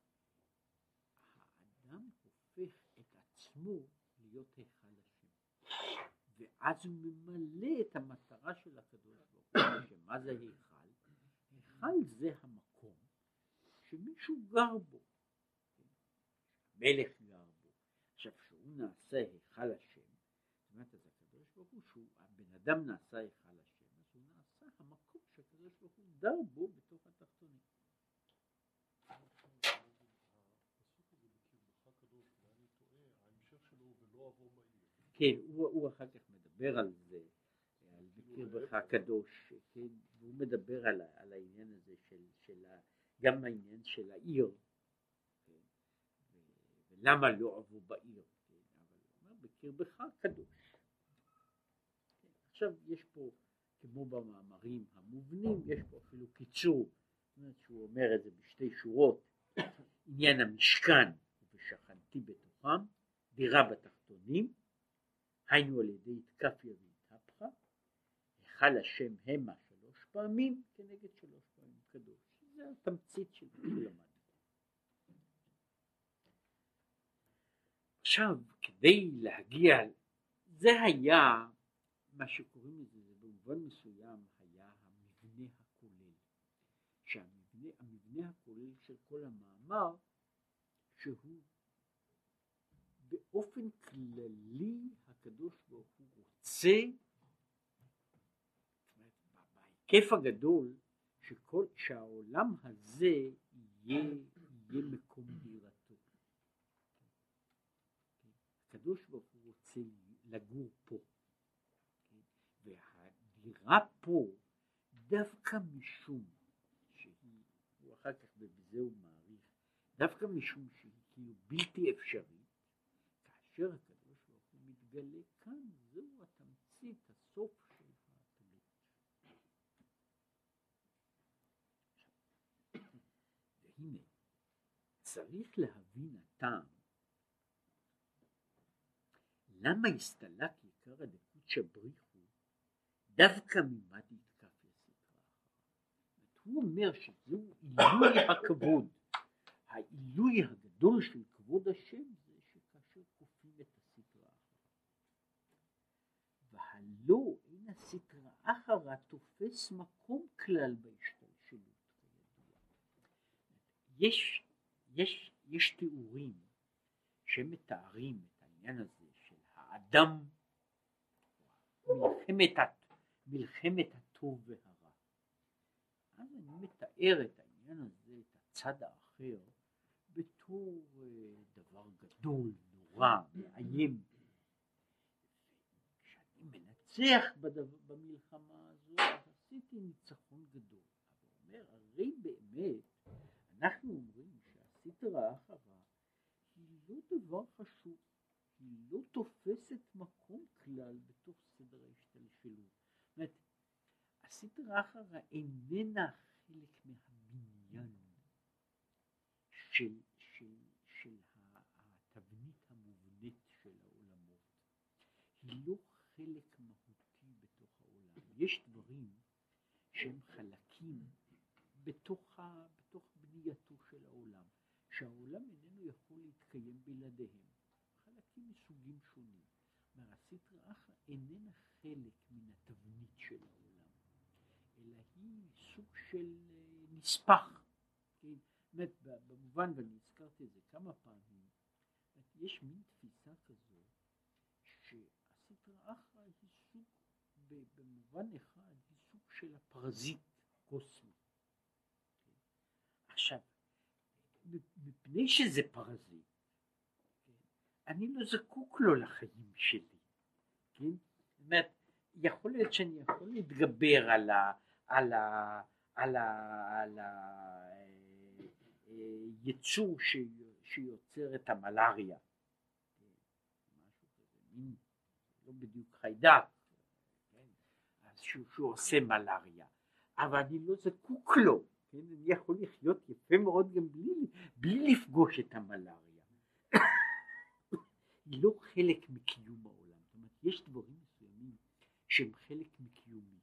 האדם הופך את עצמו להיות היכל השם, ואז הוא ממלא את המטרה של הקדוש ברוך הוא. שמה זה היכל? היכל זה המקום שמישהו גר בו, מלך גר בו. עכשיו שהוא נעשה היכל השם, זאת אומרת, אז הקדוש ברוך הוא, שהוא, הבן אדם נעשה היכל השם, אז הוא נעשה המקום שהקדוש ברוך הוא גר בו בתוך התחתונים. כן, הוא, הוא אחר כך מדבר על זה, על בקרבך הקדוש, כן, והוא מדבר על, על העניין הזה של, של ה, גם העניין של העיר, כן, ולמה לא עבו בעיר, כן, אבל הוא אומר בקרבך הקדוש. כן, עכשיו יש פה, כמו במאמרים המובנים, יש פה אפילו קיצור, זאת אומרת שהוא אומר את זה בשתי שורות, עניין המשכן ושכנתי בתוכם, דירה בתחתונים, היינו על ידי התקפיה והתהפכה, היכל השם המה שלוש פעמים כנגד שלוש פעמים קדוש. זה התמצית של מה שלמד. עכשיו כדי להגיע, זה היה מה שקוראים לזה, זה במובן מסוים היה המבנה הכולל, שהמבנה המבנה הכולל של כל המאמר, שהוא באופן כללי הקדוש ברוך הוא רוצה, בהיקף הגדול, שכל, שהעולם הזה יהיה, יהיה מקום דירתו. הקדוש ברוך הוא רוצה לגור פה, והדירה פה דווקא משום שהיא, הוא אחר כך בזה הוא מעריך, דווקא משום שהיא כאילו בלתי אפשרית, כאשר הקדוש ברוך הוא מתגלה כאן, זהו התמצית, הסוף של התגלות. והנה, צריך להבין הטעם, למה הסתלק עיקר הדקות שבריחו, דווקא ממד יתקף לסתרה אחרה. הוא אומר שזהו עילוי הכבוד, העילוי הגדול של כבוד השם, זה שכאשר כופים את הסתרה אחרה. והלא אין הסתרה אחרה תופס מקום כלל בהשתלשלות כידוע. יש, יש, יש תיאורים שמתארים את העניין הזה של האדם, מלחמת, מלחמת הטוב והרע. אז אני מתאר את העניין הזה, את הצד האחר, בתור דבר גדול, נורא, מאיים. כשאני מנצח בדבר, במלחמה הזו, עשיתי ניצחון גדול. אבל אומר, הרי באמת, אנחנו אומרים שהסתרה אחרה היא לא דבר חשוב, היא לא תופסת מקום כלל בתוך הסטרא אחרא איננה חלק מהבניין של, של, של התבנית המובנית של העולמות. היא לא חלק מהותי בתוך העולם. יש דברים שהם חלקים בתוך, ה, בתוך בנייתו של העולם, שהעולם איננו יכול להתקיים בלעדיהם. חלקים מסוגים שונים. הסטרא אחרא איננה חלק מן התבנית של העולם, אלא היא סוג של נספח. כן? באמת, במובן, ואני הזכרתי את זה כמה פעמים, יש מין תפיסה כזו שהסטרא אחרא היא סוג, במובן אחד, היא סוג של הפרזיט קוסמי. כן? עכשיו, מפני שזה פרזיט, כן? אני לא זקוק לו לחיים שלי. כן? זאת אומרת, יכול להיות שאני יכול להתגבר על ה... על ה... על ה... על היצור שיוצר את המלאריה. משהו כזה, מין, לא בדיוק חיידק, אז שהוא, שהוא עושה מלאריה, אבל אני לא זקוק לו. כן? אני יכול לחיות יפה מאוד גם בלי, בלי לפגוש את המלאריה. היא לא חלק מקיום העולם. זאת אומרת, יש דברים מסוימים שהם חלק מקיומי,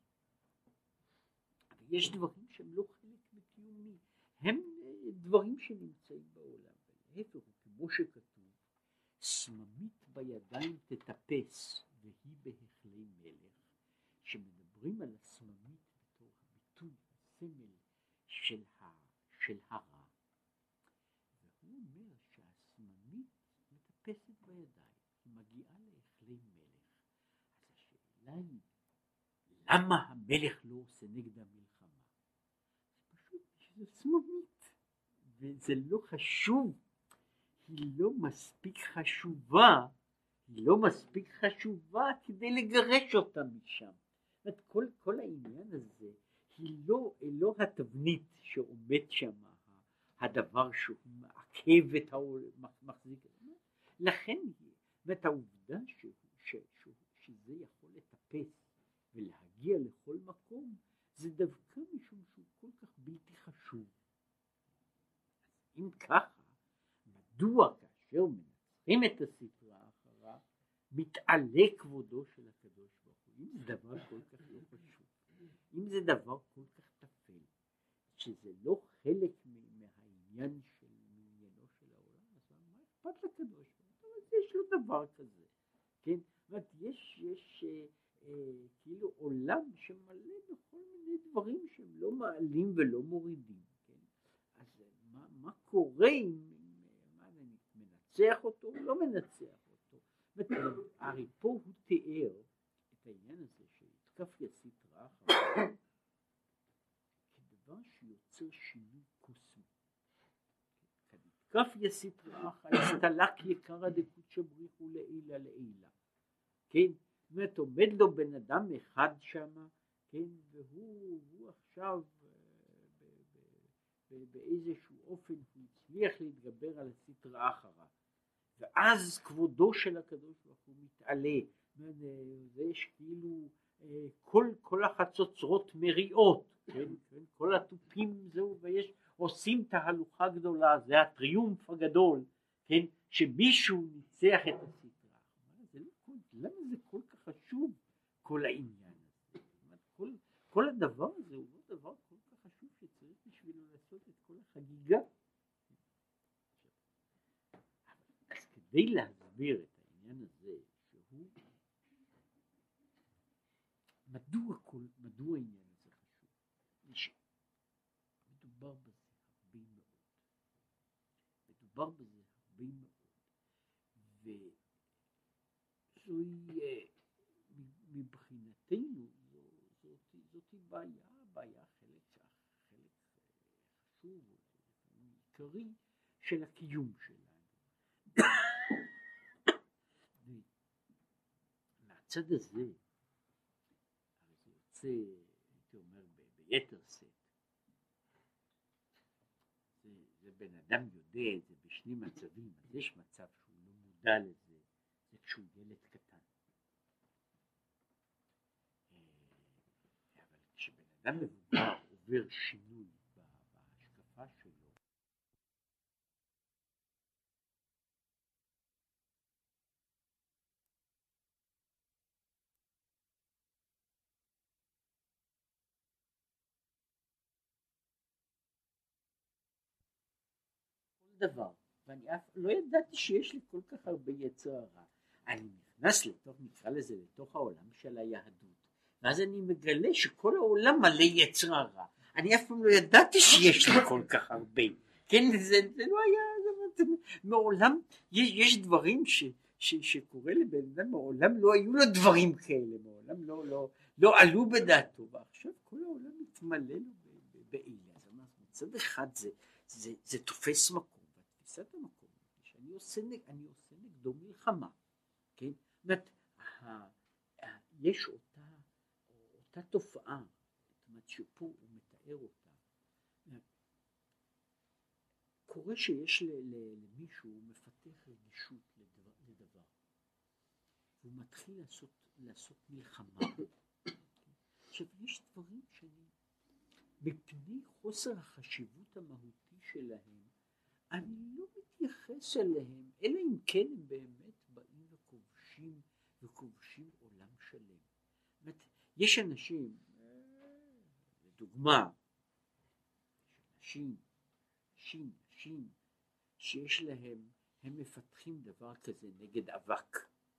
יש דברים שהם לא חלק מקיומי, הם דברים שנמצאים בעולם. להפך, כמו שכתוב, סממית בידיים תטפס והיא בהחלי מלך, שמדברים על הסממית בתור הביטוי, הסמל של, ה, של הרע. והוא אומר שהסממית מטפסת בידיים, היא מגיעה להחלי מלך. אז השאלה היא, למה המלך לא עושה נגד המלחמה? זה פשוט שזה סממית, וזה לא חשוב, היא לא מספיק חשובה, היא לא מספיק חשובה כדי לגרש אותה משם. זאת כל, כל העניין הזה, היא לא, לא התבנית שעומד שם, הדבר שהוא מעכב את המחזיק. לכן, ואת העובדה ש, ש, ש, שזה יכול לטפס ולהגיע לכל מקום, זה דווקא משום שהוא כל כך בלתי חשוב. אם ככה, מדוע כאשר מנצחים את הסטרא אחרא, מתעלה כבודו של הקדוש ברוך הוא? אם זה דבר כל כך לא חשוב, אם זה דבר כל כך טפל, שזה לא חלק מהעניין של עניינו של העולם, אז מה אכפת לקדוש ברוך הוא? אז יש לו דבר כזה, כן? זאת אומרת, יש, יש אה, אה, כאילו עולם שמלא בכל מיני דברים שהם לא מעלים ולא מורידים, כן? אז מה, מה קורה אם מה, מנצח אותו, לא מנצח אותו? הרי פה הוא תיאר את העניין הזה שהתקפיה סטרא אחרא כדבר שיוצר שינוי קוסמי. כתקפיה סטרא אחרא הסתלק יקרא דקודשא בריחו לעילא לעילא. כן? זאת אומרת, עומד לו בן אדם אחד שם, כן? והוא הוא עכשיו באיזשהו אופן הוא הצליח להתגבר על הסטרא אחרא. ואז כבודו של הקדוש ברוך הוא מתעלה. ויש כאילו כל, כל החצוצרות מריעות, כן? כל התופים זהו, ויש עושים תהלוכה גדולה, זה הטריומף הגדול, כן? שמישהו ניצח את הסטרא אחרא. זה לא כל, למה זה כל כך חשוב כל העניין הזה? כל, כל הדבר הזה הוא לא דבר כל כך חשוב שצריך בשבילו לעשות את כל החגיגה. אז כדי להסביר את העניין הזה, שהוא מדוע כל, מדוע העניין הזה חשוב? מדובר בזה הרבה מאוד. מדובר בזה הרבה מאוד. וזוהי מבחינתנו, זאת, זאת בעיה, בעיה חלק, חלק חשוב, עיקרי של הקיום שלנו. מהצד הזה, הרי זה יוצא, הייתי אומר, ביתר שאת. זה, זה בן אדם יודע את זה בשני מצבים. אז יש מצב שהוא לא מודע לזה, זה כשהוא ילד קטן. אבל כשבן אדם מבוגר עובר שינוי בהשקפה שלו, כל דבר, ואני אף לא ידעתי שיש לי כל כך הרבה יצר הרע. אני נכנס לתוך, נקרא לזה, לתוך העולם של היהדות, ואז אני מגלה שכל העולם מלא יצר הרע. אני אף פעם לא ידעתי שיש לי כל כך הרבה, כן, זה, זה לא היה, זה, מעולם, יש, יש דברים ש, ש, שקורה לבן אדם, מעולם לא היו לו דברים כאלה, מעולם לא, לא, לא עלו בדעתו, ועכשיו כל העולם מתמלא לו באלה. אז מצד אחד זה, זה, זה תופס מקום, ותפיסת המקום, שאני עושה, אני עושה נגדו מלחמה, כן, זאת אומרת, יש אותה, אותה תופעה, זאת אומרת שפה הוא מתאר אותה, קורה שיש למישהו, הוא מפתח רגישות לדבר, לדבר. הוא מתחיל לעשות, לעשות מלחמה. עכשיו יש דברים שאני, מפני חוסר החשיבות המהותי שלהם, אני לא מתייחס אליהם, אלא אם כן הם באמת באים וכובשים, וכובשים עולם שלם. זאת אומרת, יש אנשים, לדוגמה, אנשים, אנשים, אנשים, שיש להם, הם מפתחים דבר כזה נגד אבק.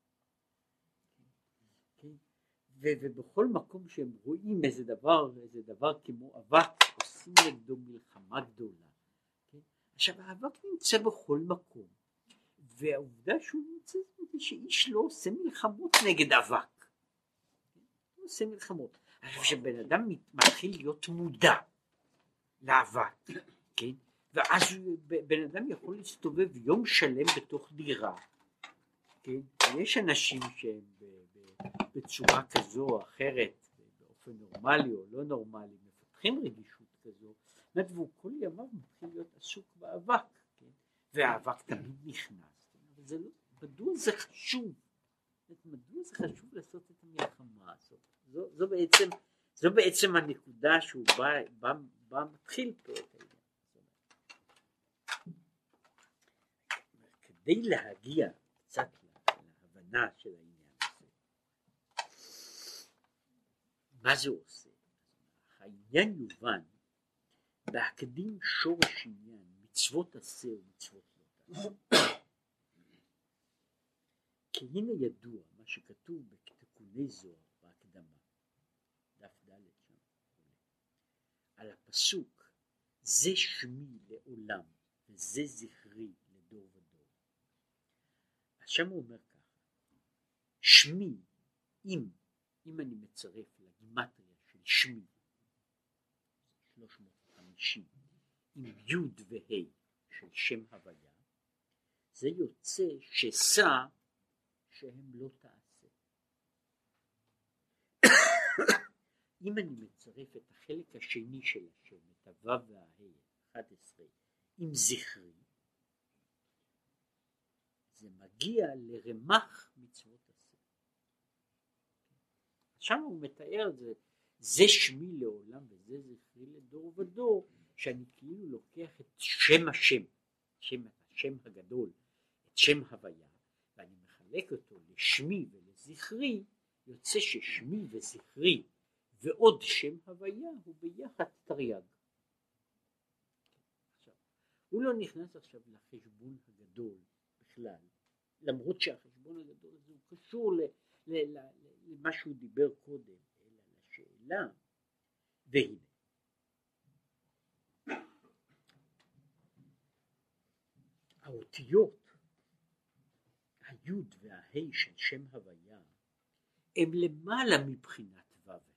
כן? ובכל מקום שהם רואים איזה דבר, איזה דבר כמו אבק, עושים נגדו מלחמה גדולה. כן? עכשיו, האבק נמצא בכל מקום, והעובדה שהוא נמצא, שאיש לא עושה מלחמות נגד אבק. לא עושה מלחמות. אני חושב שבן אדם מתחיל להיות מודע לאבק, כן? ואז בן אדם יכול להסתובב יום שלם בתוך דירה, כן? יש אנשים שהם בצורה כזו או אחרת, באופן נורמלי או לא נורמלי, מפתחים רגישות כזו, והוא כל ימיו מתחיל להיות עסוק באבק, כן? והאבק תמיד נכנס, כן? אבל זה לא, מדוע זה חשוב? מדוע זה חשוב לעשות את המלחמה הזאת? זו, זו בעצם, זו בעצם הנקודה שהוא בא, בא, בא מתחיל פה את העניין. כדי להגיע קצת להבנה של העניין הזה, מה זה עושה? העניין יובן בהקדים שורש עניין, מצוות עשה ומצוות לא תעשה. כי הנה ידוע מה שכתוב בתיקוני זוהר בהקדמה, דף ד' שם, על הפסוק, זה שמי לעולם וזה זכרי לדור ודור. שם הוא אומר ככה, שמי, אם, אם אני מצרף לגימטריה של שמי, שלוש מאות וחמישים, עם י' וה' של שם הוויה, זה יוצא שסע שהם לא תעשה. אם אני מצרף את החלק השני של השם, את הו' והה, אחת עשרה, עם זכרי, זה מגיע לרמ"ח מצוות עשה. שם הוא מתאר את זה, זה שמי לעולם וזה זכרי לדור ודור, שאני כאילו לוקח את שם השם, שם, השם הגדול, את שם הוויה, ואני מחלק אותו לשמי ולזכרי, יוצא ששמי וזכרי ועוד שם הוויה הוא ביחד תרי"ג. עכשיו, הוא לא נכנס עכשיו לחשבון הגדול בכלל, למרות שהחשבון הגדול הזה הוא קשור ל, ל, ל, ל, למה שהוא דיבר קודם, אלא לשאלה, והנה. האותיות, היוד וההי של שם הוויה, הם למעלה מבחינת ו' ה'.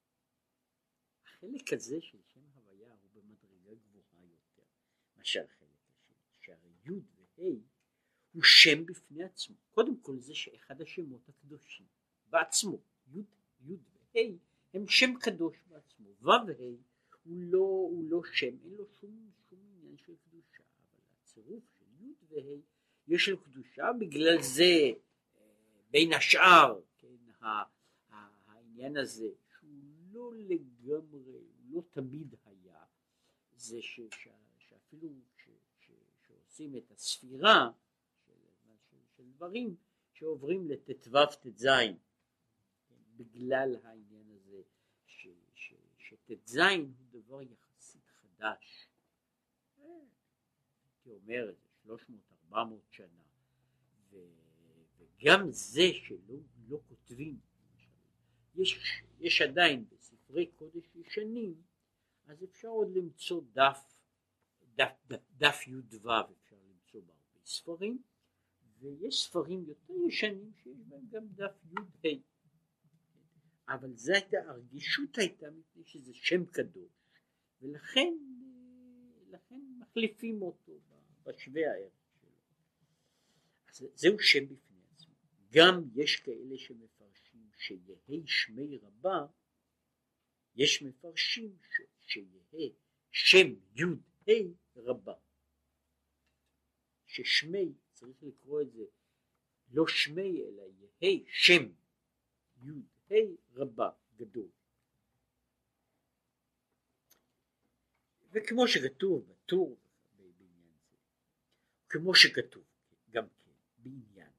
החלק הזה של שם הוויה הוא במדרגה גבוהה יותר מאשר החלק השני, שהרי יוד וה' הוא שם בפני עצמו. קודם כל זה שאחד השמות הקדושים בעצמו, יוד, יוד וה' הם שם קדוש בעצמו. ו' ה' הוא לא, הוא לא שם, אין לו שום, שום עניין של קדושה, אבל הצירוף של יוד וה' יש לו קדושה, בגלל זה בין השאר, כן, העניין הזה שהוא לא לגמרי, הוא לא תמיד היה, זה ש, ש, שאפילו ש, ש, שעושים את הספירה של, של, של דברים שעוברים לט"ו ט"ז, בגלל העניין הזה ש, ש, שט"ז הוא דבר יחסית חדש, הייתי אומר שלוש מאות ארבע מאות שנה, ו, וגם זה שלא לא כותבים, יש, יש עדיין בספרי קודש ישנים, אז אפשר עוד למצוא דף, דף, דף, דף י"ו אפשר למצוא בהרבה ספרים, ויש ספרים יותר ישנים שיש בהם גם דף י"ה, אבל זה הייתה, הרגישות הייתה מפני שזה שם קדוש, ולכן לכן מחליפים אותו בשווה הערך שלו. אז זהו שם בפני עצמו. גם יש כאלה שמפרשים שיהי שמי רבה, יש מפרשים ש, שיהי שם י"ה רבה, ששמי צריך לקרוא את זה לא שמי אלא יהי שם י"ה רבה גדול. וכמו שכתוב בטור בעניין זה, כמו שכתוב גם כן בעניין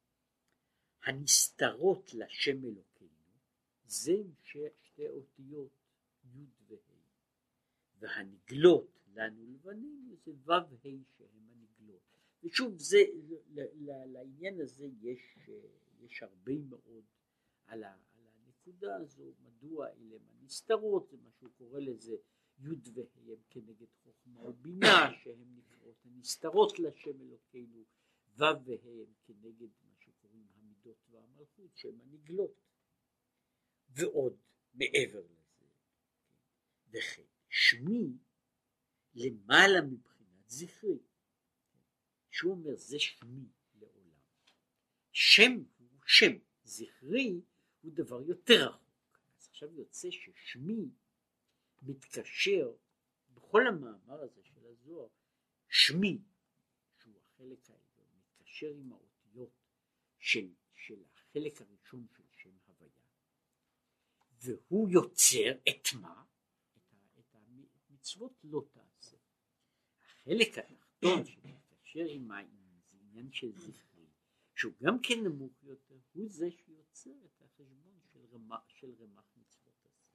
הנסתרות לשם אלוקינו, זה שתי אותיות י' וה', והנגלות לנו לבנינו זה ו' ה' שהם הנגלות. ושוב זה לעניין הזה יש יש הרבה מאוד על ה הנקודה הזו, מדוע אלה הנסתרות, זה מה שהוא קורא לזה י' וה' הם כנגד חוכמה ובינה, שהם נקראות הנסתרות לשם אלוקינו, ו' וה' הם כנגד מה שקוראים המידות והמלכות שהם הנגלות. ועוד מעבר לזה, וכן שמי למעלה מבחינת זכרי, שהוא אומר זה שמי לעולם, שם הוא שם, זכרי הוא דבר יותר רחוק. אז עכשיו יוצא ששמי מתקשר בכל המאמר הזה של הזוהר, שמי שהוא החלק העליון מתקשר עם האותיות של, של החלק הראשון של שם הוויה, והוא יוצר את מה? את, ה, את המצוות לא תעשה. החלק התחתון שמתקשר עם העניין זה עניין של זכרי, שהוא גם כן נמוך יותר, הוא זה שיוצר את החשבון של רמ"ח, של רמ"ח מצוות עשה.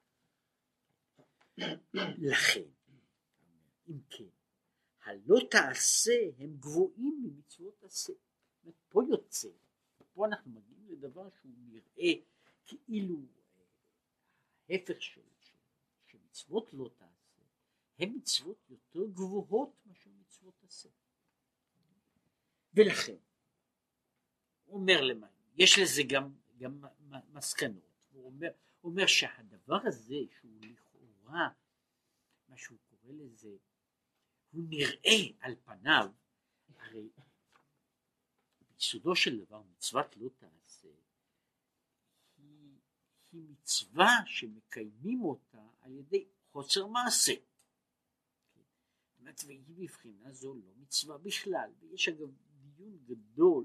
לכן, אם כן, הלא תעשה הם גבוהים ממצוות עשה. פה יוצא, פה אנחנו מגיעים לדבר שהוא נראה כאילו ההפך של, שמצוות לא תעשה, הן מצוות יותר גבוהות מאשר מצוות עשה. ולכן, הוא אומר למה, יש לזה גם, גם מסקנות. הוא אומר, הוא אומר שהדבר הזה שהוא לכאורה, מה שהוא קורא לזה, הוא נראה על פניו, הרי ביסודו של דבר מצוות לא תעשה, היא, היא מצווה שמקיימים אותה על ידי חוסר מעשה. זאת אומרת, והיא בבחינה זו לא מצווה בכלל, ויש אגב דיון גדול,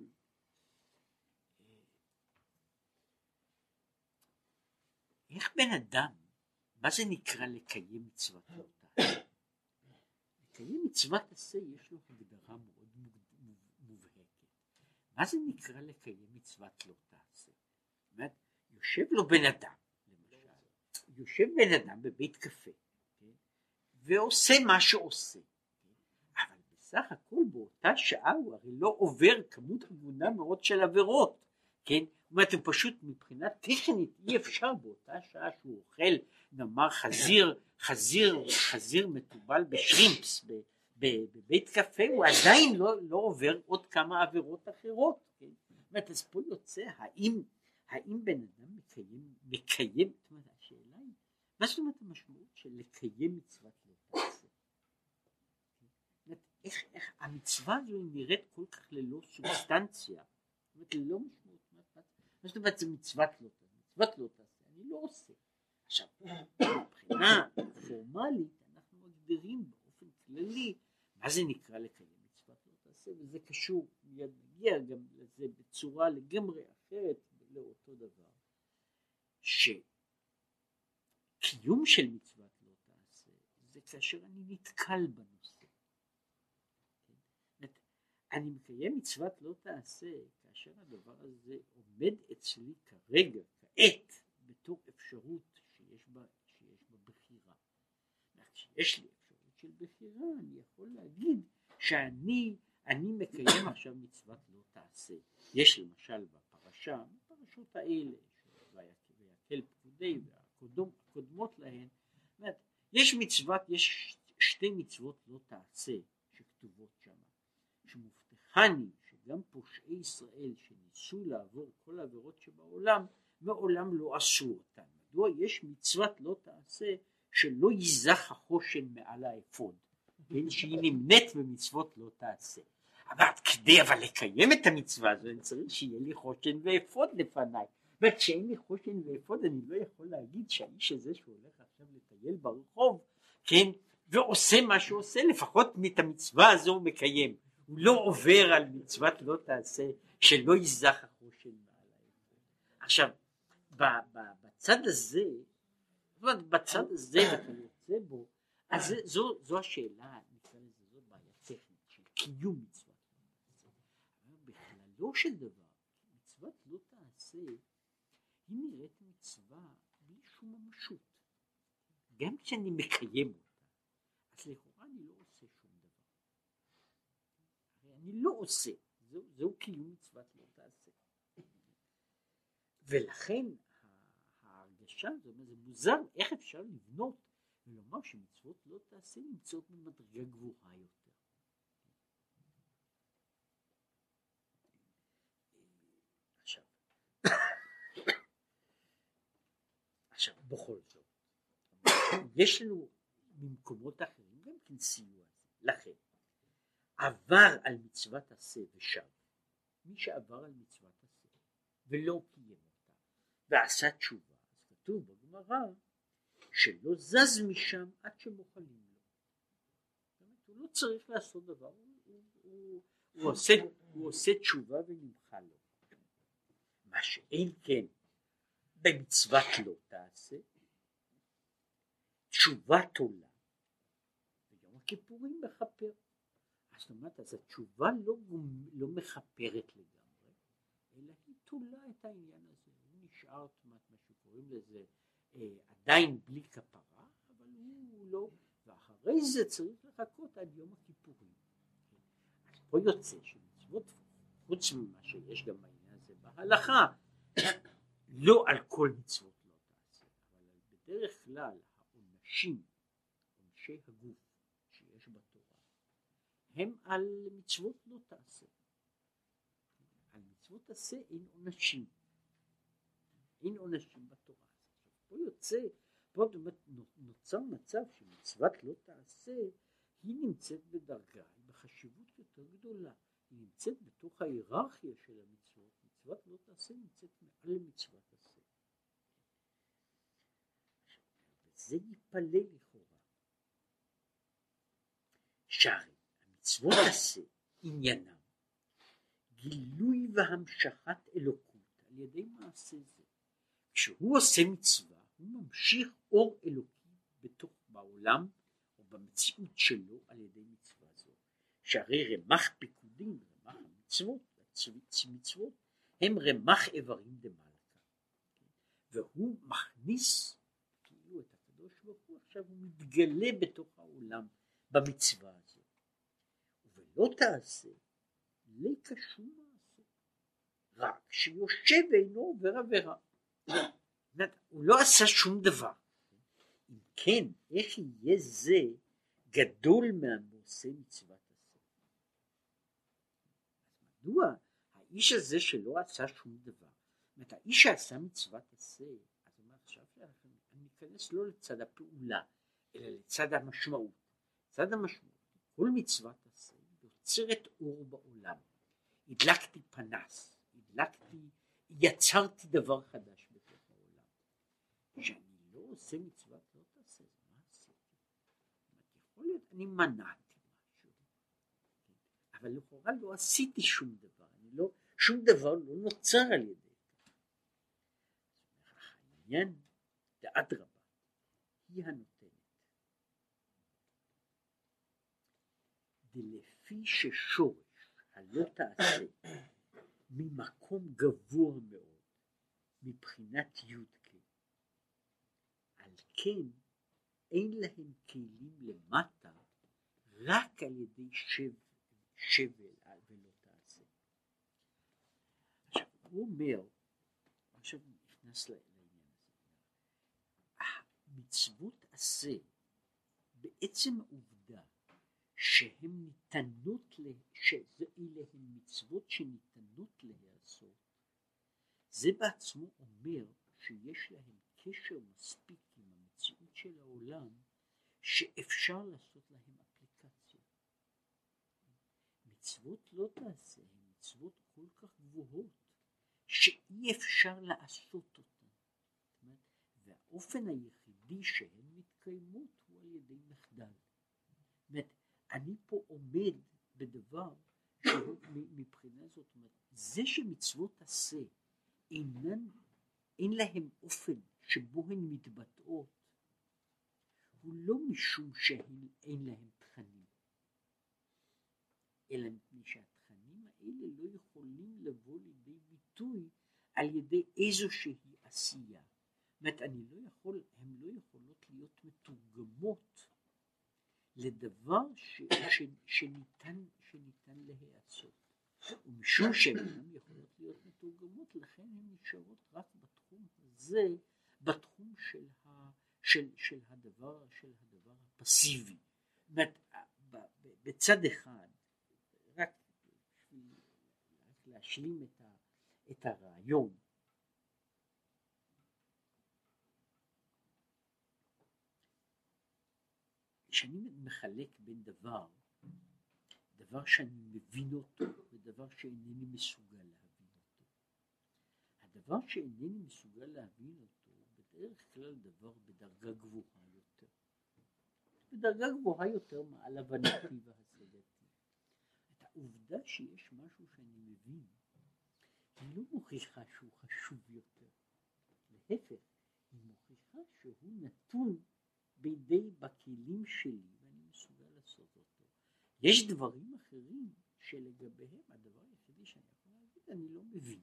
איך בן אדם, מה זה נקרא לקיים מצוות לא תעשה? לקיים מצוות עשה יש לו הגדרה מאוד מובהקת. מה זה נקרא לקיים מצוות לא תעשה? זאת אומרת, יושב לו בן אדם, למשל, יושב בן אדם בבית קפה, כן? ועושה מה שעושה, כן? אבל בסך הכל באותה שעה הוא הרי לא עובר כמות הגונה מאוד של עבירות, כן? זאת אומרת, הוא פשוט מבחינה טכנית אי אפשר באותה שעה שהוא אוכל, נאמר חזיר, חזיר, חזיר מטובל בשרימפס בבית קפה, הוא עדיין לא, לא עובר עוד כמה עבירות אחרות, כן? זאת אומרת, אז פה יוצא, האם, האם בן אדם מקיים, מקיים, זאת אומרת, השאלה היא, מה זאת אומרת המשמעות של לקיים מצוות לא תעשה? זאת אומרת, איך, איך המצווה הזו נראית כל כך ללא סובסטנציה, זאת אומרת, ללא משמעות, מה זאת אומרת, זה מצוות לא תעשה, מצוות לא תעשה, אני לא עושה. עכשיו, מבחינה פורמלית, אנחנו מגדירים באופן כללי, מה זה נקרא לקיים מצוות לא תעשה, וזה קשור, מיד נגיע גם לזה בצורה לגמרי אחרת, לאותו דבר, שכדי הקיום של מצוות לא תעשה זה כאשר אני נתקל בנושא. אני מקיים מצוות לא תעשה כאשר הדבר הזה עומד אצלי כרגע, כעת, בתור אפשרות שיש בה, שיש בה בחירה. כשיש לי אפשרות של בחירה, אני יכול להגיד שאני אני מקיים עכשיו מצוות לא תעשה. יש למשל בפרשה, בפרשות האלה, ויקל פקודי והקודמות להן, יש מצוות, יש שתי מצוות לא תעשה שכתובות שם, שמובטחני שגם פושעי ישראל שניסו לעבור כל העבירות שבעולם, מעולם לא עשו אותן. מדוע? יש מצוות לא תעשה שלא ייזך החושן מעל האפוד, כן, שהיא נמנית במצוות לא תעשה. אבל כדי אבל לקיים את המצווה הזו אני צריך שיהיה לי חושן ואפוד לפניי, וכשאין לי חושן ואפוד אני לא יכול להגיד שהאיש הזה שהולך עכשיו לטייל ברחוב, כן, ועושה מה שעושה, לפחות את המצווה הזו הוא מקיים, הוא לא עובר על מצוות לא תעשה שלא ייזך החושן מעל האפוד. עכשיו בצד הזה, בצד הזה ואתה יוצא בו, אז זו, זו השאלה, זו בעיה טכנית של קיום מצוות לא תעשה. בכללו של דבר מצוות לא תעשה היא נראית מצווה בלי שום ממשות. גם כשאני מקיים אותה, אז לכאורה אני לא עושה שום דבר. אני לא עושה, זו, זו קיום מצוות לא תעשה. ולכן ההרגשה, זאת אומרת, זה מוזר, איך אפשר לבנות ולומר שמצוות לא תעשה נמצאות במדרגה גבוהה יותר. עכשיו, עכשיו בכל זאת, יש לנו במקומות אחרים גם כן סיוע. לכן, עבר על מצוות עשה ושב, מי שעבר על מצוות עשה ולא קיים אותה ועשה תשובה, אז כתוב בגמרא שלא זז משם עד שמוכנים לו. הוא לא צריך לעשות דבר, הוא, הוא, הוא, הוא, עושה, הוא עושה תשובה ונמחה לו. מה שאין כן במצוות לא תעשה, תשובה תולה, ויום הכיפורים מכפר. זאת אומרת, אז התשובה לא, לא מכפרת לגמרי, אלא היא תולה את העניין הזה. הוא נשאר, מה שקוראים לזה, עדיין בלי כפרה, אבל הוא לא, ואחרי זה צריך לחכות עד יום הכיפורים. אז פה יוצא שמצוות, חוץ ממה שיש גם בעניין הזה בהלכה, לא על כל מצוות לא תעשה, אבל בדרך כלל העונשים, עונשי הגוף שיש בתורה, הם על מצוות לא תעשה. על מצוות תעשה אין עונשים, אין עונשים בתורה. פה יוצא, פה נוצר מצב שמצוות לא תעשה היא נמצאת בדרגה, היא בחשיבות יותר גדולה, היא נמצאת בתוך ההיררכיה של המצוות. מצוות לא תעשה נמצאת מעל מצוות תעשה. וזה יפלא לכאורה, שהרי המצוות תעשה עניינם גילוי והמשכת אלוקות על ידי מעשה זה. כשהוא עושה מצווה הוא ממשיך אור אלוקי בתוך בעולם או במציאות שלו על ידי מצווה זו, שהרי רמ"ח פיקודים, רמ"ח המצוות, מצוות הם רמ"ח איברים דמלכה, והוא מכניס כאילו את הקדוש ברוך הוא, עכשיו הוא מתגלה בתוך העולם במצווה הזו. ולא תעשה לא קשור מעשה, רק שיושב אינו עובר עבירה. הוא לא עשה שום דבר. אם כן, איך יהיה זה גדול מהעושה מצוות עשה? מדוע האיש הזה שלא עשה שום דבר, זאת אומרת, האיש שעשה מצוות עשה, אז הוא אומר עכשיו אני אכנס לא לצד הפעולה אלא לצד המשמעות. צד המשמעות, כל מצוות עשה יוצרת אור בעולם, הדלקתי פנס, הדלקתי, יצרתי דבר חדש בתוך העולם. כשאני לא עושה מצוות לא תעשה, מה עשיתי? יכול להיות אני מנעתי משהו, אבל לכאורה לא עשיתי שום דבר, אני לא, שום דבר לא נוצר על ידי. העניין, אדרבה, היא הנותנת. דלפי ששורש הלא תעשה ממקום גבוה מאוד מבחינת יודקה, על כן אין להם כלים למטה רק על ידי שב, שבל ולא תעשה. עכשיו הוא אומר, עכשיו נכנס לעניין הזה, מצוות עשה בעצם העובדה שהן ניתנות, שאלה מצוות שניתנות להיעשות, זה בעצמו אומר שיש להם קשר מספיק עם המציאות של העולם שאפשר לעשות להם אפליקציה. מצוות לא תעשה הן מצוות כל כך גבוהות שאי אפשר לעשות אותן, והאופן היחידי שהן מתקיימות הוא על ידי מחדל. זאת אומרת, אני פה עומד בדבר שהוא מבחינה זאת, אומרת, זה שמצוות עשה אינן, אין להם אופן שבו הן מתבטאות, הוא לא משום שאין להם תכנים, אלא מפני שהתכנים האלה לא יכולים לבוא לידי ביטוי על ידי איזושהי עשייה. זאת אומרת, אני לא יכול, הן לא יכולות להיות מתורגמות לדבר ש, ש, שניתן, שניתן להיעשות. ומשום שהן אינן יכולות להיות מתורגמות, לכן הן נשארות רק בתחום הזה, בתחום של, ה, של, של, הדבר, של הדבר הפסיבי. זאת אומרת, בצד אחד, רק להשלים את, ה, את הרעיון, שאני מחלק בין דבר, דבר שאני מבין אותו ודבר שאינני מסוגל להבין אותו. הדבר שאינני מסוגל להבין אותו בדרך כלל דבר בדרגה גבוהה יותר. בדרגה גבוהה יותר מעל הבנתי והשגתי. את העובדה שיש משהו שאני מבין, היא לא מוכיחה שהוא חשוב יותר. להפך, היא מוכיחה שהוא נתון בידי בכלים שלי ואני מסוגל לעשות אותו. יש דברים אחרים שלגביהם הדבר היחידי שאני יכול להגיד אני לא מבין.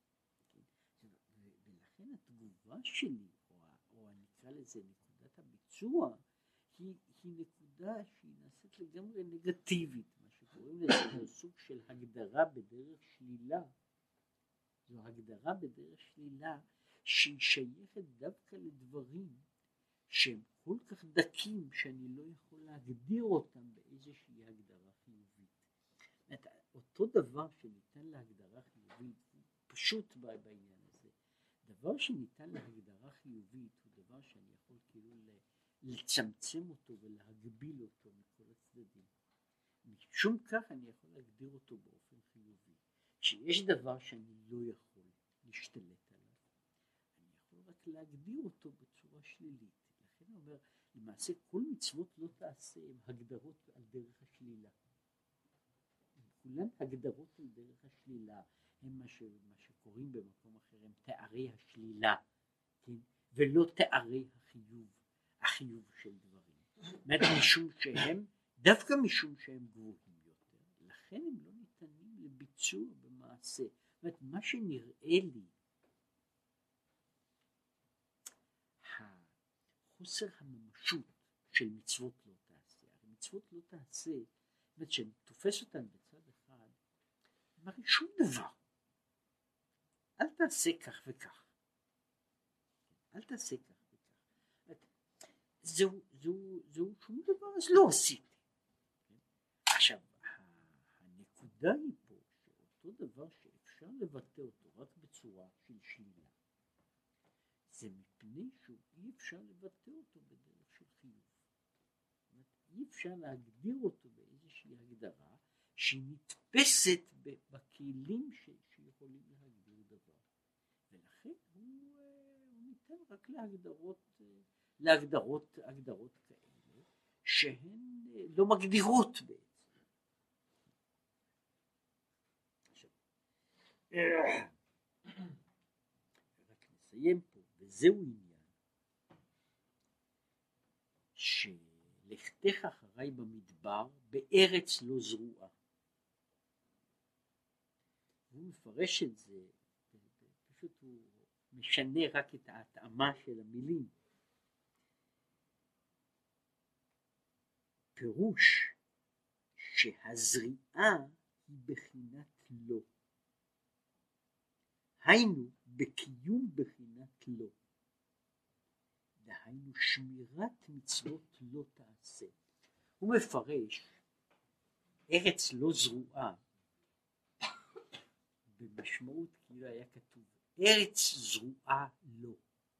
ולכן התגובה שלי, או נקרא לזה נקודת הביצוע, היא, היא נקודה שהיא נעשית לגמרי נגטיבית, מה שקוראים לזה זה סוג של הגדרה בדרך שלילה. זו הגדרה בדרך שלילה שהיא שייכת דווקא לדברים שהם כל כך דקים שאני לא יכול להגדיר אותם באיזושהי הגדרה חיובית. אותו דבר שניתן להגדרה חיובית, פשוט בעניין הזה, דבר שניתן להגדרה חיובית הוא דבר שאני יכול כאילו לצמצם אותו ולהגביל אותו מכל הצדדים. משום כך אני יכול להגדיר אותו באופן חיובי. כשיש דבר שאני לא יכול להשתלט עליו, אני יכול רק להגדיר אותו בצורה שלילית. לכן אומר, למעשה כל מצוות לא תעשה הם הגדרות על דרך השלילה. כולן הגדרות על דרך השלילה, הם מה, ש, מה שקוראים במקום אחר, הם תארי השלילה, כן? ולא תארי החיוב, החיוב של דברים. זאת משום שהם, דווקא משום שהם גבוהים יותר, לכן הם לא ניתנים לביצוע במעשה. זאת אומרת, מה שנראה לי, חוסר הממשות של מצוות לא תעשה. מצוות לא תעשה, זאת אומרת שתופס אותן בצד אחד, מראה שום דבר. אל תעשה כך וכך. אל תעשה כך וכך. זהו, זהו, זהו שום דבר, אז לא עשיתי. עכשיו, הנקודה היא פה, שאותו דבר שאפשר לבטא אותו רק בצורה של שלילה, זה מפני שאי אפשר לבטא אותו בדרך של חיוב. זאת אומרת, אי אפשר להגדיר אותו באיזושהי הגדרה שהיא נתפסת בכלים ש, שיכולים להגדיר דבר. ולכן הוא, הוא ניתן רק להגדרות, להגדרות הגדרות כאלה שהן לא מגדירות בעצם. עכשיו, רק נסיים פה, וזהו עניין. שלכתך אחריי במדבר בארץ לא זרועה. הוא מפרש את זה, פשוט הוא משנה רק את ההתאמה של המילים. פירוש שהזריעה היא בחינת לא, היינו בקיום בחינת לא, דהיינו שמירת מצוות לא תעשה. הוא מפרש ארץ לא זרועה במשמעות כאילו היה כתוב ארץ זרועה לא.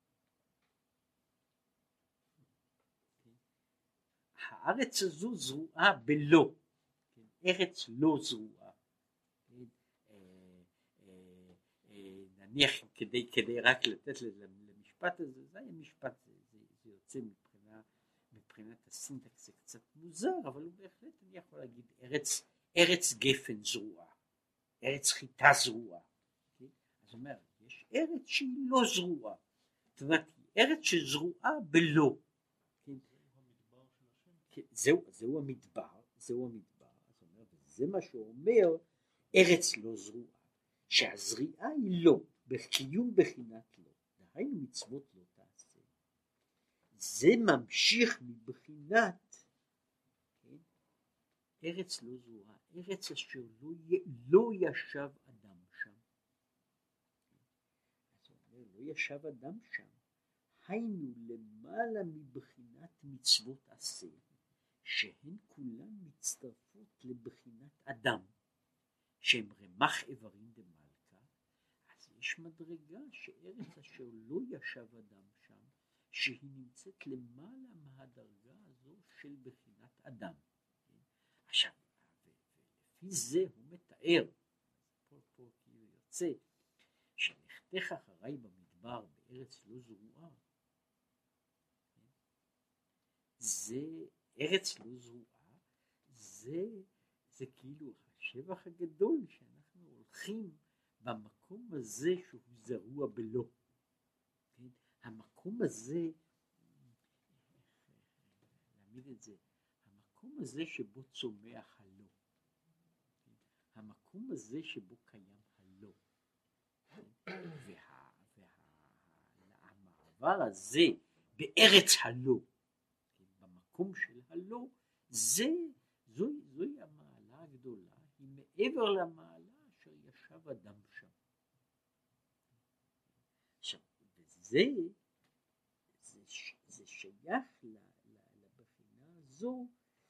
הארץ הזו זרועה בלא, ארץ לא זרועה. נניח כדי, כדי רק לתת למשפט הזה, זה היה משפט, זה, זה, זה יוצא מבחינה, מבחינת הסינטקס זה קצת מוזר, אבל הוא בהחלט, אני יכול להגיד, ארץ, ארץ גפן זרועה, ארץ חיטה זרועה. אז אומר, יש ארץ שהיא לא זרועה, זאת אומרת, ארץ שזרועה בלא. זהו, זהו המדבר, זהו המדבר, זאת אומרת, זה מה שאומר, ארץ לא זרועה, שהזריעה היא לא, בקיום בחינת לא, דהיינו מצוות לא תעשה. זה ממשיך מבחינת, כן, ארץ לא זרועה, ארץ אשר לא, לא ישב אדם שם. אז הוא אומר, לא ישב אדם שם, היינו למעלה מבחינת מצוות עשה, שהן כולן מצטרפות לבחינת אדם, שהם רמ"ח איברים דמלכה. אז יש מדרגה שארץ אשר לא ישב אדם שם, שהיא נמצאת למעלה מהדרגה הזו של בחינת אדם. עכשיו, ולפי זה הוא מתאר, פה פה כאילו יוצא, שלכתך אחריי במדבר בארץ לא זרועה, זה ארץ לא זרועה, זה, זה כאילו השבח הגדול שאנחנו הולכים במקום הזה שהוא זרוע בלא. כן? המקום הזה, להעמיד את זה, המקום הזה שבו צומח הלא. כן? המקום הזה שבו קיים הלא. כן? וה, וה, והמעבר הזה בארץ הלא, במקום של הלא, זה, זוהי, זוהי המעלה הגדולה, היא מעבר למעלה אשר ישב אדם שם. עכשיו, וזה, זה, זה שייך לבחינה הזו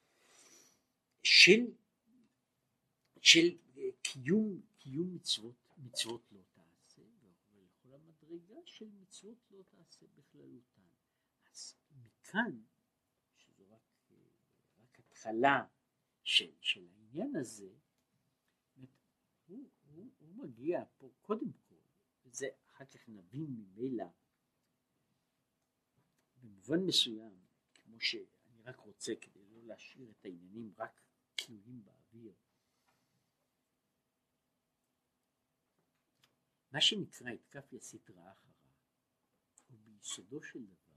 של, של קיום, קיום מצוות, מצוות לא תעשה, ולכל המדרגה של מצוות לא תעשה בכללותן. אז מכאן, התחלה של, של העניין הזה, הוא, הוא, הוא מגיע פה קודם כל, וזה אחר כך נבין ממילא, במובן מסוים, כמו שאני רק רוצה כדי לא להשאיר את העניינים רק תלויים באוויר, מה שנקרא התקף יסית רעה אחריו, הוא ביסודו של דבר,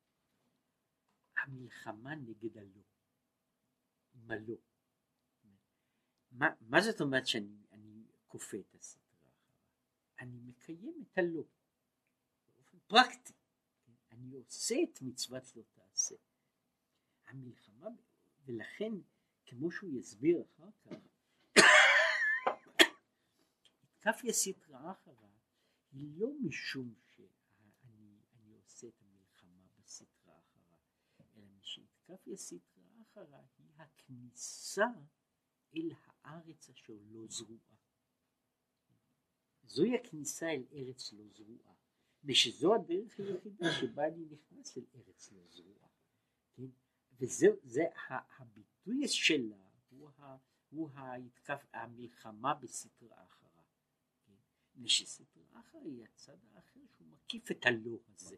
המלחמה נגד הלא. מה לא? מה, מה זאת אומרת שאני אני כופה את הסתרה אחריו? אני מקיים את הלא באופן פרקטי, אני עושה את מצוות לא תעשה. המלחמה, ולכן כמו שהוא יסביר אחר כך, התקף יסית רעה אחריו היא לא משום שאני אני עושה את המלחמה בסתרה אחריו, אלא משהתקף יסית רעה אחריו היא הכניסה אל הארץ אשר לא זרועה. זוהי הכניסה אל ארץ לא זרועה, ושזו הדרך היחידה שבה אני נכנס אל ארץ לא זרועה. כן? וזה זה הביטוי שלה, הוא, ה, הוא ההתקף, המלחמה בסתרה אחרה. כן? ושסתרה אחרה היא הצד האחר שהוא מקיף את הלא הזה.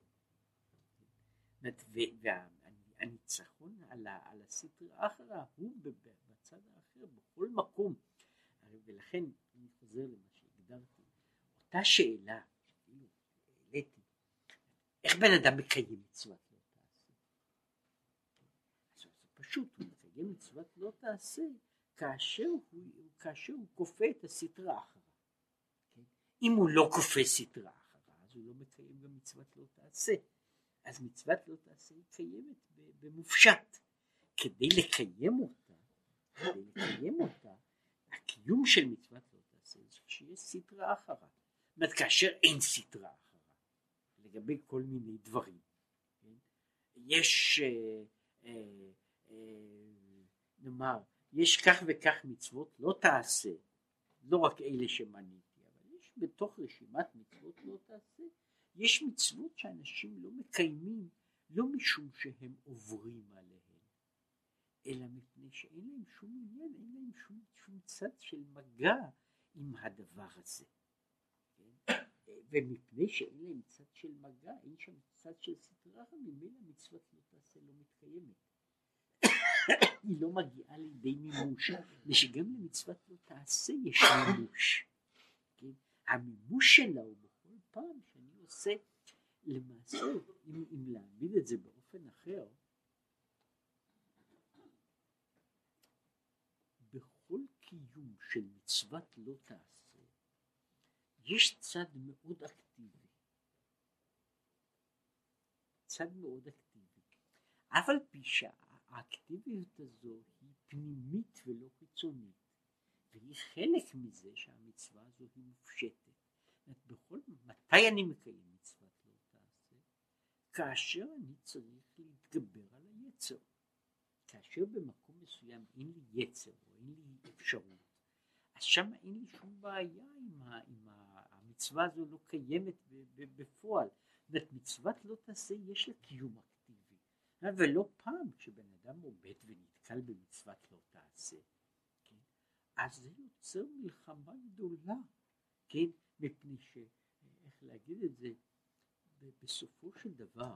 והניצחון על, על הסתרה אחרה הוא בצד האחר בכל מקום. ולכן אני חוזר למה שהגדרתי, אותה שאלה שכאילו העליתי, איך בן אדם מקיים מצוות לא תעשה? אז זה פשוט הוא מקיים מצוות לא תעשה כאשר הוא, כאשר הוא כופה את הסטרה אחריו. כן? אם הוא לא כופה סטרה אחריו, אז הוא לא מקיים גם מצוות לא תעשה. אז מצוות לא תעשה היא קיימת במופשט. כדי לקיים אותה, כדי לקיים אותה, הקיום של מצוות לא תעשה זה כשיש סטרה אחריו. זאת אומרת, כאשר אין סטרה אחריו, לגבי כל מיני דברים. כן? יש, אה, אה, אה, נאמר, יש כך וכך מצוות לא תעשה, לא רק אלה שמניתי, אבל יש בתוך רשימת מצוות לא תעשה, יש מצוות שאנשים לא מקיימים, לא משום שהם עוברים עליהם, אלא מפני שאין להם שום עניין, אין להם שום, שום צד של מגע עם הדבר הזה. כן? ומפני שאין להם צד של מגע, אין שם צד של סטרה, ממילא מצוות לא תעשה לא מתקיימת. היא לא מגיעה לידי מימוש, ושגם למצוות לא תעשה יש מימוש. כן? המימוש שלה הוא בכל פעם שאני עושה, למעשה, אם, אם להעמיד את זה באופן אחר, בכל קיום של מצוות לא תעשה, יש צד מאוד אקטיבי. צד מאוד אקטיבי. אבל פי שהאקטיביות הזו היא פנימית ולא חיצונית. והיא חלק מזה שהמצווה הזו היא מופשטת. בכל, מתי אני מקיים מצוות לא תעשה? כאשר אני צריך להתגבר על היצר. כאשר במקום מסוים אין לי יצר או אין לי אפשרות, אז שם אין לי שום בעיה עם, ה, עם ה, המצווה הזו לא קיימת בפועל. זאת אומרת, מצוות לא תעשה יש לה קיום אקטיבי. ולא פעם כשבן אדם עובד ונתקל במצוות לא תעשה, כן? אז זה יוצר מלחמה גדולה, כן? מפני ש... איך להגיד את זה? בסופו של דבר,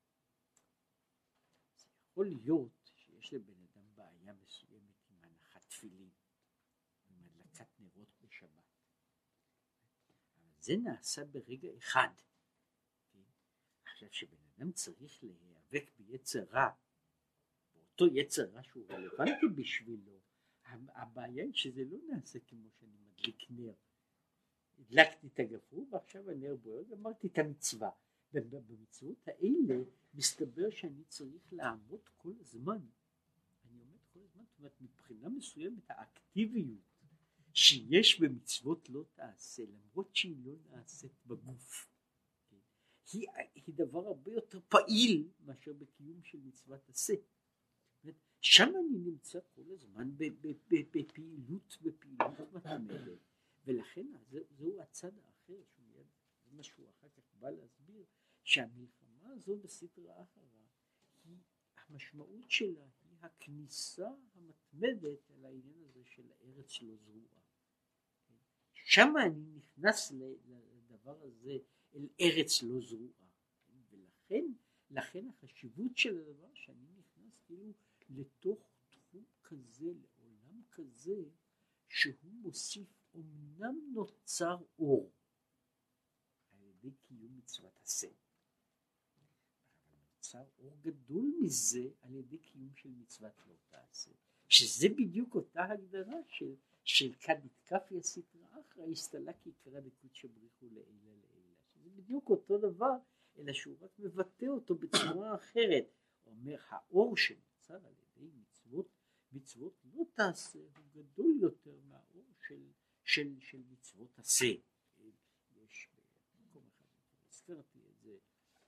זה יכול להיות שיש לבן אדם בעיה מסוימת עם הנחת תפילין, עם הדלקת נרות בשבת. אבל זה נעשה ברגע אחד. כן? עכשיו שבן אדם צריך להיאבק ביצר רע, באותו יצר רע שהוא רלוונטי בשבילו, הבעיה היא שזה לא נעשה כמו שאני מדליק נר. הדלקתי את הגפרור ועכשיו הנר בוער, גמרתי את המצווה. ובמצוות האלה מסתבר שאני צריך לעמוד כל הזמן. אני עומד כל הזמן, זאת אומרת, מבחינה מסוימת האקטיביות שיש במצוות לא תעשה, למרות שהיא לא נעשית בגוף, היא, היא דבר הרבה יותר פעיל מאשר בקיום של מצוות עשה. שם אני נמצא כל הזמן בפעילות, בפעילות מתמדת, ולכן זה, זהו הצד האחר, שמיד, זה מה שהוא אחר כך בא להסביר, שהמלחמה הזו בסדרה אחרה, היא, המשמעות שלה היא הכניסה המתמדת על העניין הזה של הארץ לא זרועה. שם אני נכנס לדבר הזה, אל ארץ לא זרועה, ולכן לכן החשיבות של הדבר שאני נכנס כאילו לתוך תחום כזה, לעולם כזה, שהוא מוסיף, אמנם נוצר אור על ידי קיום מצוות עשה, אבל נוצר אור גדול מזה על ידי קיום של מצוות לא תעשה, שזה בדיוק אותה הגדרה של של כד התקפי הסטרא אחרא הסתלה כי יקרא דקודשא בריחו לעילא לעילא, שזה בדיוק אותו דבר, אלא שהוא רק מבטא אותו בצורה אחרת. הוא אומר, האור שנוצר על ידי מצוות, מצוות לא תעשה, הוא גדול יותר מהאור של, של, של מצוות עשה. יש במקום אחד, הזכרתי את זה,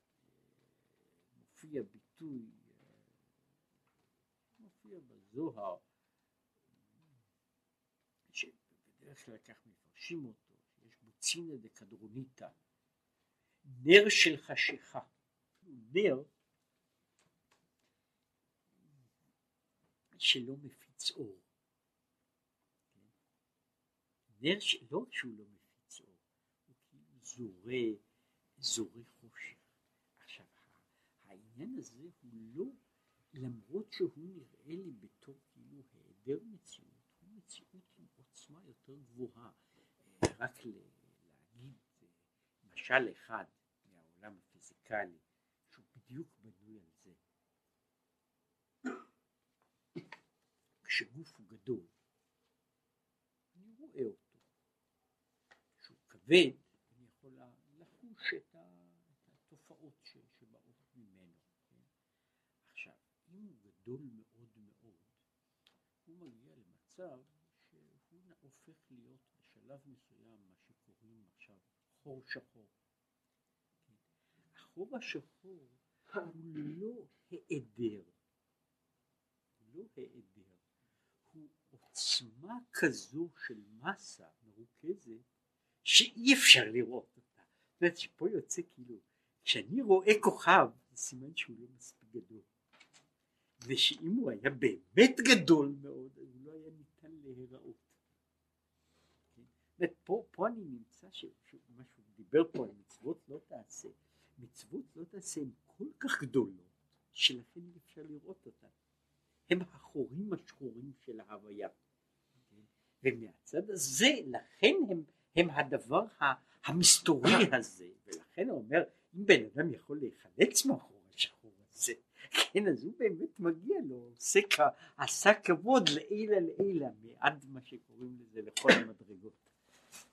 מופיע ביטוי, מופיע בזוהר, שבדרך כלל כך מפרשים אותו, שיש בו צינא דקדרוניתא, נר של חשיכה, נר שלא מפיץ אור, נר שלא שהוא לא מפיץ אור, הוא כאילו זורה, זורה חושך. עכשיו העניין הזה הוא לא, למרות שהוא נראה לי בתור כאילו היעדר מציאות, הוא מציאות עם עוצמה יותר גבוהה. רק להגיד משל אחד מהעולם הפיזיקלי שהוא בדיוק בנוי על זה. שגוף הוא גדול, אני רואה אותו, שהוא כבד, אני יכול לחוש את התופעות שבאות ממנו. עכשיו, אם הוא גדול מאוד מאוד, הוא מגיע למצב שהוא הופך להיות בשלב מסוים מה שקוראים עכשיו חור שחור. החור השחור הוא לא העדר, הוא לא העדר, הוא עוצמה כזו של מסה מרוכזת שאי אפשר לראות אותה. זאת אומרת שפה יוצא כאילו, כשאני רואה כוכב זה סימן שהוא לא מספיק גדול, ושאם הוא היה באמת גדול מאוד אז הוא לא היה ניתן להיראות. זאת אומרת, פה, פה אני נמצא שמה שהוא דיבר פה על מצוות לא תעשה, מצוות לא תעשה הן כל כך גדולות שלכן אי אפשר לראות אותן, הם החורים השחורים של ההוויה, ומהצד הזה לכן הם, הם הדבר המסתורי הזה, ולכן הוא אומר אם בן אדם יכול להיחלץ מהחור השחור הזה, כן, אז הוא באמת מגיע לו, עושה, עשה כבוד לעילה לעילה מעד מה שקוראים לזה לכל המדרגות.